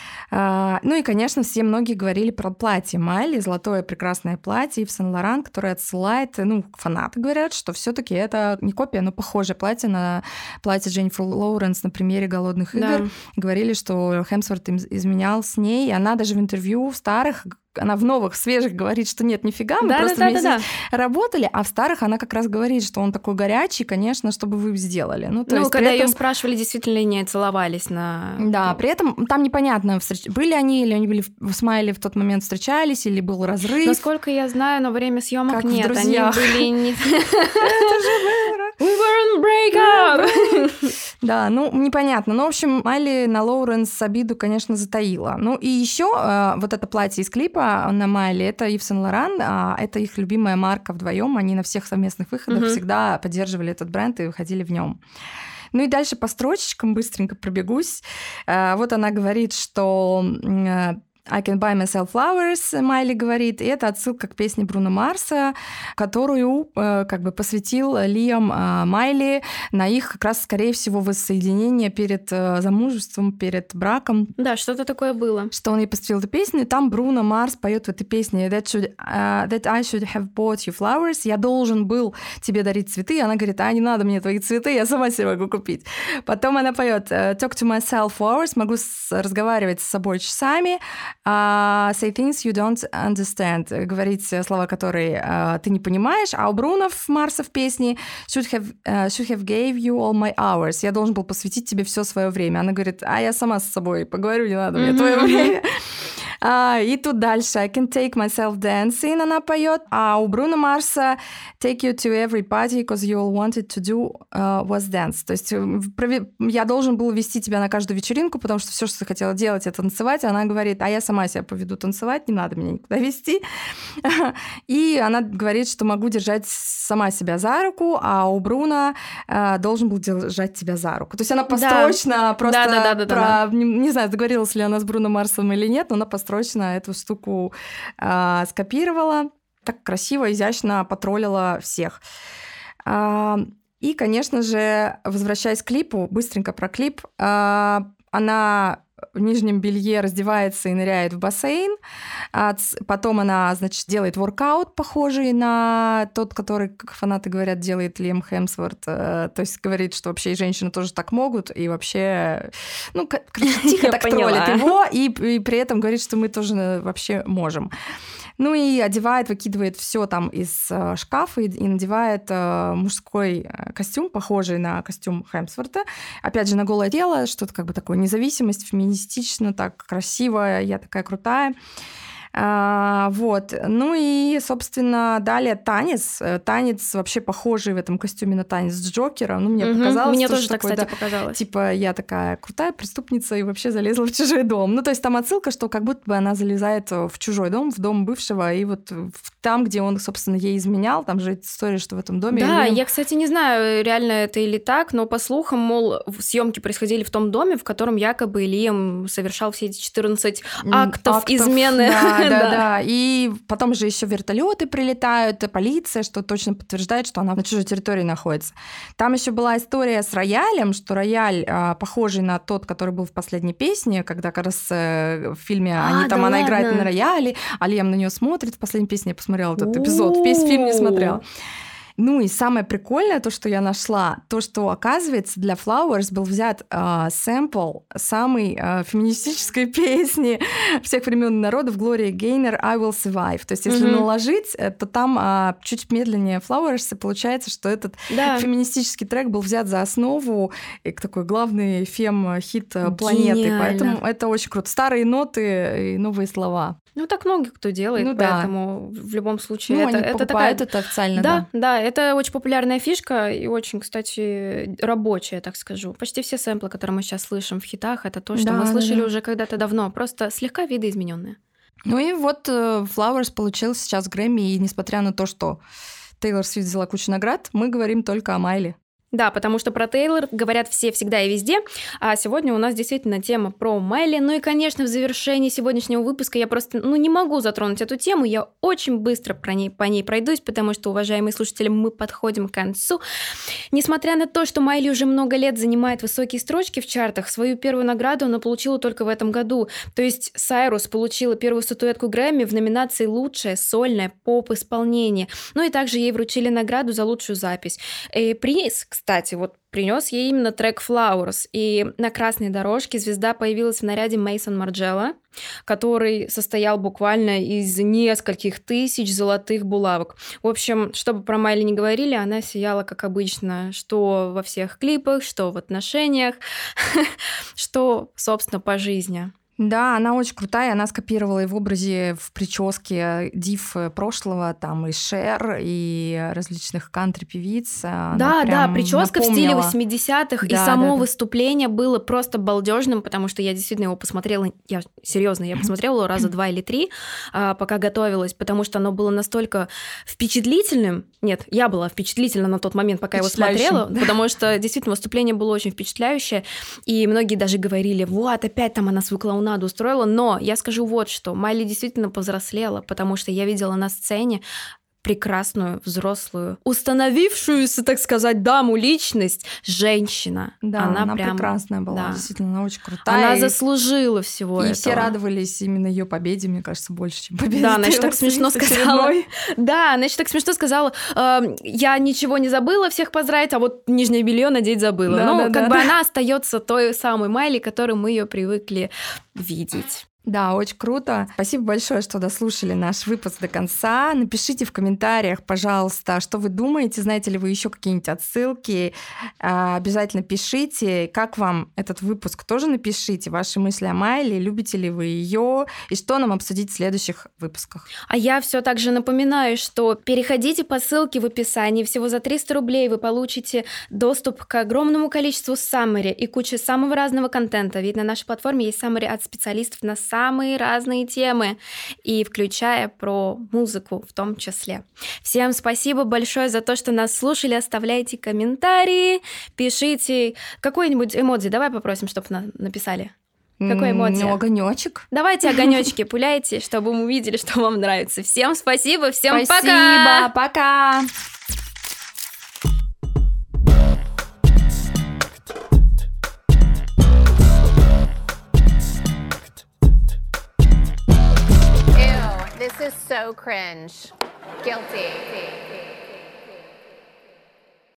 А, ну и, конечно, все многие говорили про платье Майли, золотое прекрасное платье Ив Сен-Лоран, которое отсылает, ну, фанаты говорят, что все-таки это не копия, но похожее платье на платье Дженнифер Лоуренс на премьере «Голодных игр». Да. Говорили, что Хемсворт изменял с ней, и она даже в интервью в старых, она в новых, свежих говорит, что нет, нифига, мы
да,
просто
да,
вместе
да, да.
работали, а в старых она как раз говорит, что он такой горячий, конечно, чтобы вы сделали. Ну, то
ну
есть,
когда
этом...
ее спрашивали, действительно ли не целовались на...
Да, при этом там непонятно, встреч... были они или они были в Смайле в тот момент встречались, или был разрыв.
Насколько я знаю, на время съемок
как
нет, они были не...
Это же было.
We were in breakup!
Да, ну, непонятно. Ну, в общем, Майли на Лоуренс обиду, конечно, затаила. Ну, и еще э, вот это платье из клипа на Майли, это Ив Сен-Лоран, а это их любимая марка вдвоем. Они на всех совместных выходах mm-hmm. всегда поддерживали этот бренд и выходили в нем. Ну и дальше по строчечкам быстренько пробегусь. Э, вот она говорит, что... Э, I can buy myself flowers, Майли говорит, и это отсылка к песне Бруно Марса, которую э, как бы посвятил Лиам э, Майли на их как раз, скорее всего, воссоединение перед э, замужеством, перед браком.
Да, что-то такое было.
Что он ей посвятил эту песню, и там Бруно Марс поет в этой песне that, should, uh, that I should have bought you flowers, я должен был тебе дарить цветы, и она говорит, а не надо мне твои цветы, я сама себе могу купить. Потом она поет talk to myself for hours, могу с- разговаривать с собой часами, Uh, say things you don't understand. Говорить слова, которые uh, ты не понимаешь. А у Бруно Марса в песне should have, uh, should have gave you all my hours. Я должен был посвятить тебе все свое время. Она говорит, а я сама с собой поговорю, не надо мне mm-hmm. твое время. Uh, и тут дальше I can take myself dancing, она поет. А у Бруно Марса take you to every party because you all wanted to do uh, was dance. То есть я должен был вести тебя на каждую вечеринку, потому что все, что ты хотела делать, это танцевать. Она говорит, а я сама себя поведу танцевать, не надо меня никуда вести. И она говорит, что могу держать сама себя за руку, а у Бруно uh, должен был держать тебя за руку. То есть она построчно да. просто
да, да, да, да,
про...
да.
Не, не знаю, договорилась ли она с Бруно Марсом или нет, но она построчно эту штуку э, скопировала, так красиво, изящно потроллила всех. Э, и, конечно же, возвращаясь к клипу, быстренько про клип, э, она в нижнем белье раздевается и ныряет в бассейн. А потом она, значит, делает воркаут, похожий на тот, который, как фанаты говорят, делает Лиам Хемсворт. То есть говорит, что вообще и женщины тоже так могут, и вообще, ну, тихо так троллит его, и, и при этом говорит, что мы тоже вообще можем. Ну и одевает, выкидывает все там из шкафа и, и надевает мужской костюм, похожий на костюм Хемсворта. Опять же, на голое тело, что-то как бы такое независимость, феминистично, так красиво, я такая крутая. А, вот. Ну и, собственно, далее танец. Танец вообще похожий в этом костюме на танец Джокера. Ну, мне угу, показалось.
Мне тоже так,
такой,
кстати,
да,
показалось.
Типа, я такая крутая преступница и вообще залезла в чужой дом. Ну, то есть там отсылка, что как будто бы она залезает в чужой дом, в дом бывшего, и вот там, где он, собственно, ей изменял, там же история, что в этом доме...
Да,
Лиам...
я, кстати, не знаю, реально это или так, но по слухам, мол, съемки происходили в том доме, в котором якобы Лиам совершал все эти четырнадцать актов, актов измены.
Да, да, да. И потом же еще вертолеты прилетают, полиция, что точно подтверждает, что она на чужой территории находится. Там еще была история с роялем, что рояль, похожий на тот, который был в последней песне, когда как раз в фильме
а,
они, там,
да
она
ладно?
играет на рояле, а Лиам на нее смотрит. В последней песне я посмотрела этот эпизод, весь фильм не смотрела. Ну и самое прикольное, то, что я нашла, то, что, оказывается, для Flowers был взят э, сэмпл самой э, феминистической песни всех времен и народов Глории Гейнер «I Will Survive». То есть если mm-hmm. наложить, то там э, чуть медленнее Flowers, и получается, что этот да. феминистический трек был взят за основу и такой главный фем-хит планеты.
Гениально.
Поэтому это очень круто. Старые ноты и новые слова.
Ну, так много кто делает,
ну,
поэтому
да.
в любом случае
ну,
это,
они
это такая...
это официально,
да.
Да,
да, это очень популярная фишка и очень, кстати, рабочая, так скажу. Почти все сэмплы, которые мы сейчас слышим в хитах, это то, что
да,
мы слышали
да.
уже когда-то давно, просто слегка видоизмененные.
Ну и вот Flowers получил сейчас Грэмми, и несмотря на то, что Тейлор Свифт взяла кучу наград, мы говорим только о Майли.
Да, потому что про Тейлор говорят все всегда и везде, а сегодня у нас действительно тема про Майли. Ну и, конечно, в завершении сегодняшнего выпуска я просто ну, не могу затронуть эту тему, я очень быстро про ней, по ней пройдусь, потому что, уважаемые слушатели, мы подходим к концу. Несмотря на то, что Майли уже много лет занимает высокие строчки в чартах, свою первую награду она получила только в этом году. То есть Сайрус получила первую статуэтку Грэмми в номинации «Лучшее сольное поп-исполнение». Ну и также ей вручили награду за лучшую запись. И приз, кстати, Кстати, вот принес ей именно трек Flowers. И на красной дорожке звезда появилась в наряде Мейсон Марджелла, который состоял буквально из нескольких тысяч золотых булавок. В общем, чтобы про Майли не говорили, она сияла, как обычно, что во всех клипах, что в отношениях, что, собственно, по жизни.
Да, она очень крутая, она скопировала и в образе, в прическе див прошлого, там и Шер, и различных кантри-певиц.
Да, да, прическа напомнила. В стиле восьмидесятых, да, и само да, да. выступление было просто балдежным, потому что я действительно его посмотрела, я серьезно, я посмотрела его раза два или три, пока готовилась, потому что оно было настолько впечатлительным. Нет, я была впечатлительна на тот момент, пока я его смотрела, да. потому что действительно выступление было очень впечатляющее, и многие даже говорили, вот, опять там она свою клоунаду устроила, но я скажу вот что, Майли действительно повзрослела, потому что я видела на сцене прекрасную, взрослую, установившуюся, так сказать, даму, личность, женщина.
Да, она, она прям, прекрасная была, да. действительно, она очень крутая.
Она заслужила всего
и
этого.
И все радовались именно ее победе, мне кажется, больше, чем победе.
Да, она еще так смешно сказала. Да, она еще так смешно сказала, я ничего не забыла всех поздравить, а вот нижнее белье надеть забыла. Да, ну, да, как да, бы да. она остается той самой Майли, которую мы ее привыкли видеть.
Да, очень круто. Спасибо большое, что дослушали наш выпуск до конца. Напишите в комментариях, пожалуйста, что вы думаете, знаете ли вы еще какие-нибудь отсылки. Обязательно пишите, как вам этот выпуск, тоже напишите ваши мысли о Майли, любите ли вы ее и что нам обсудить в следующих выпусках.
А я все так же напоминаю, что переходите по ссылке в описании. Всего за триста рублей вы получите доступ к огромному количеству саммари и куче самого разного контента. Ведь на нашей платформе есть саммари от специалистов на самые разные темы, и включая про музыку в том числе. Всем спасибо большое за то, что нас слушали. Оставляйте комментарии, пишите какой-нибудь эмодзи. Давай попросим, чтобы на- написали. Какой эмодзи?
Ну, огонёчек.
Давайте огонёчки пуляйте, чтобы мы увидели, что вам нравится. Всем спасибо, всем
спасибо,
пока!
Пока!
is so cringe. Guilty.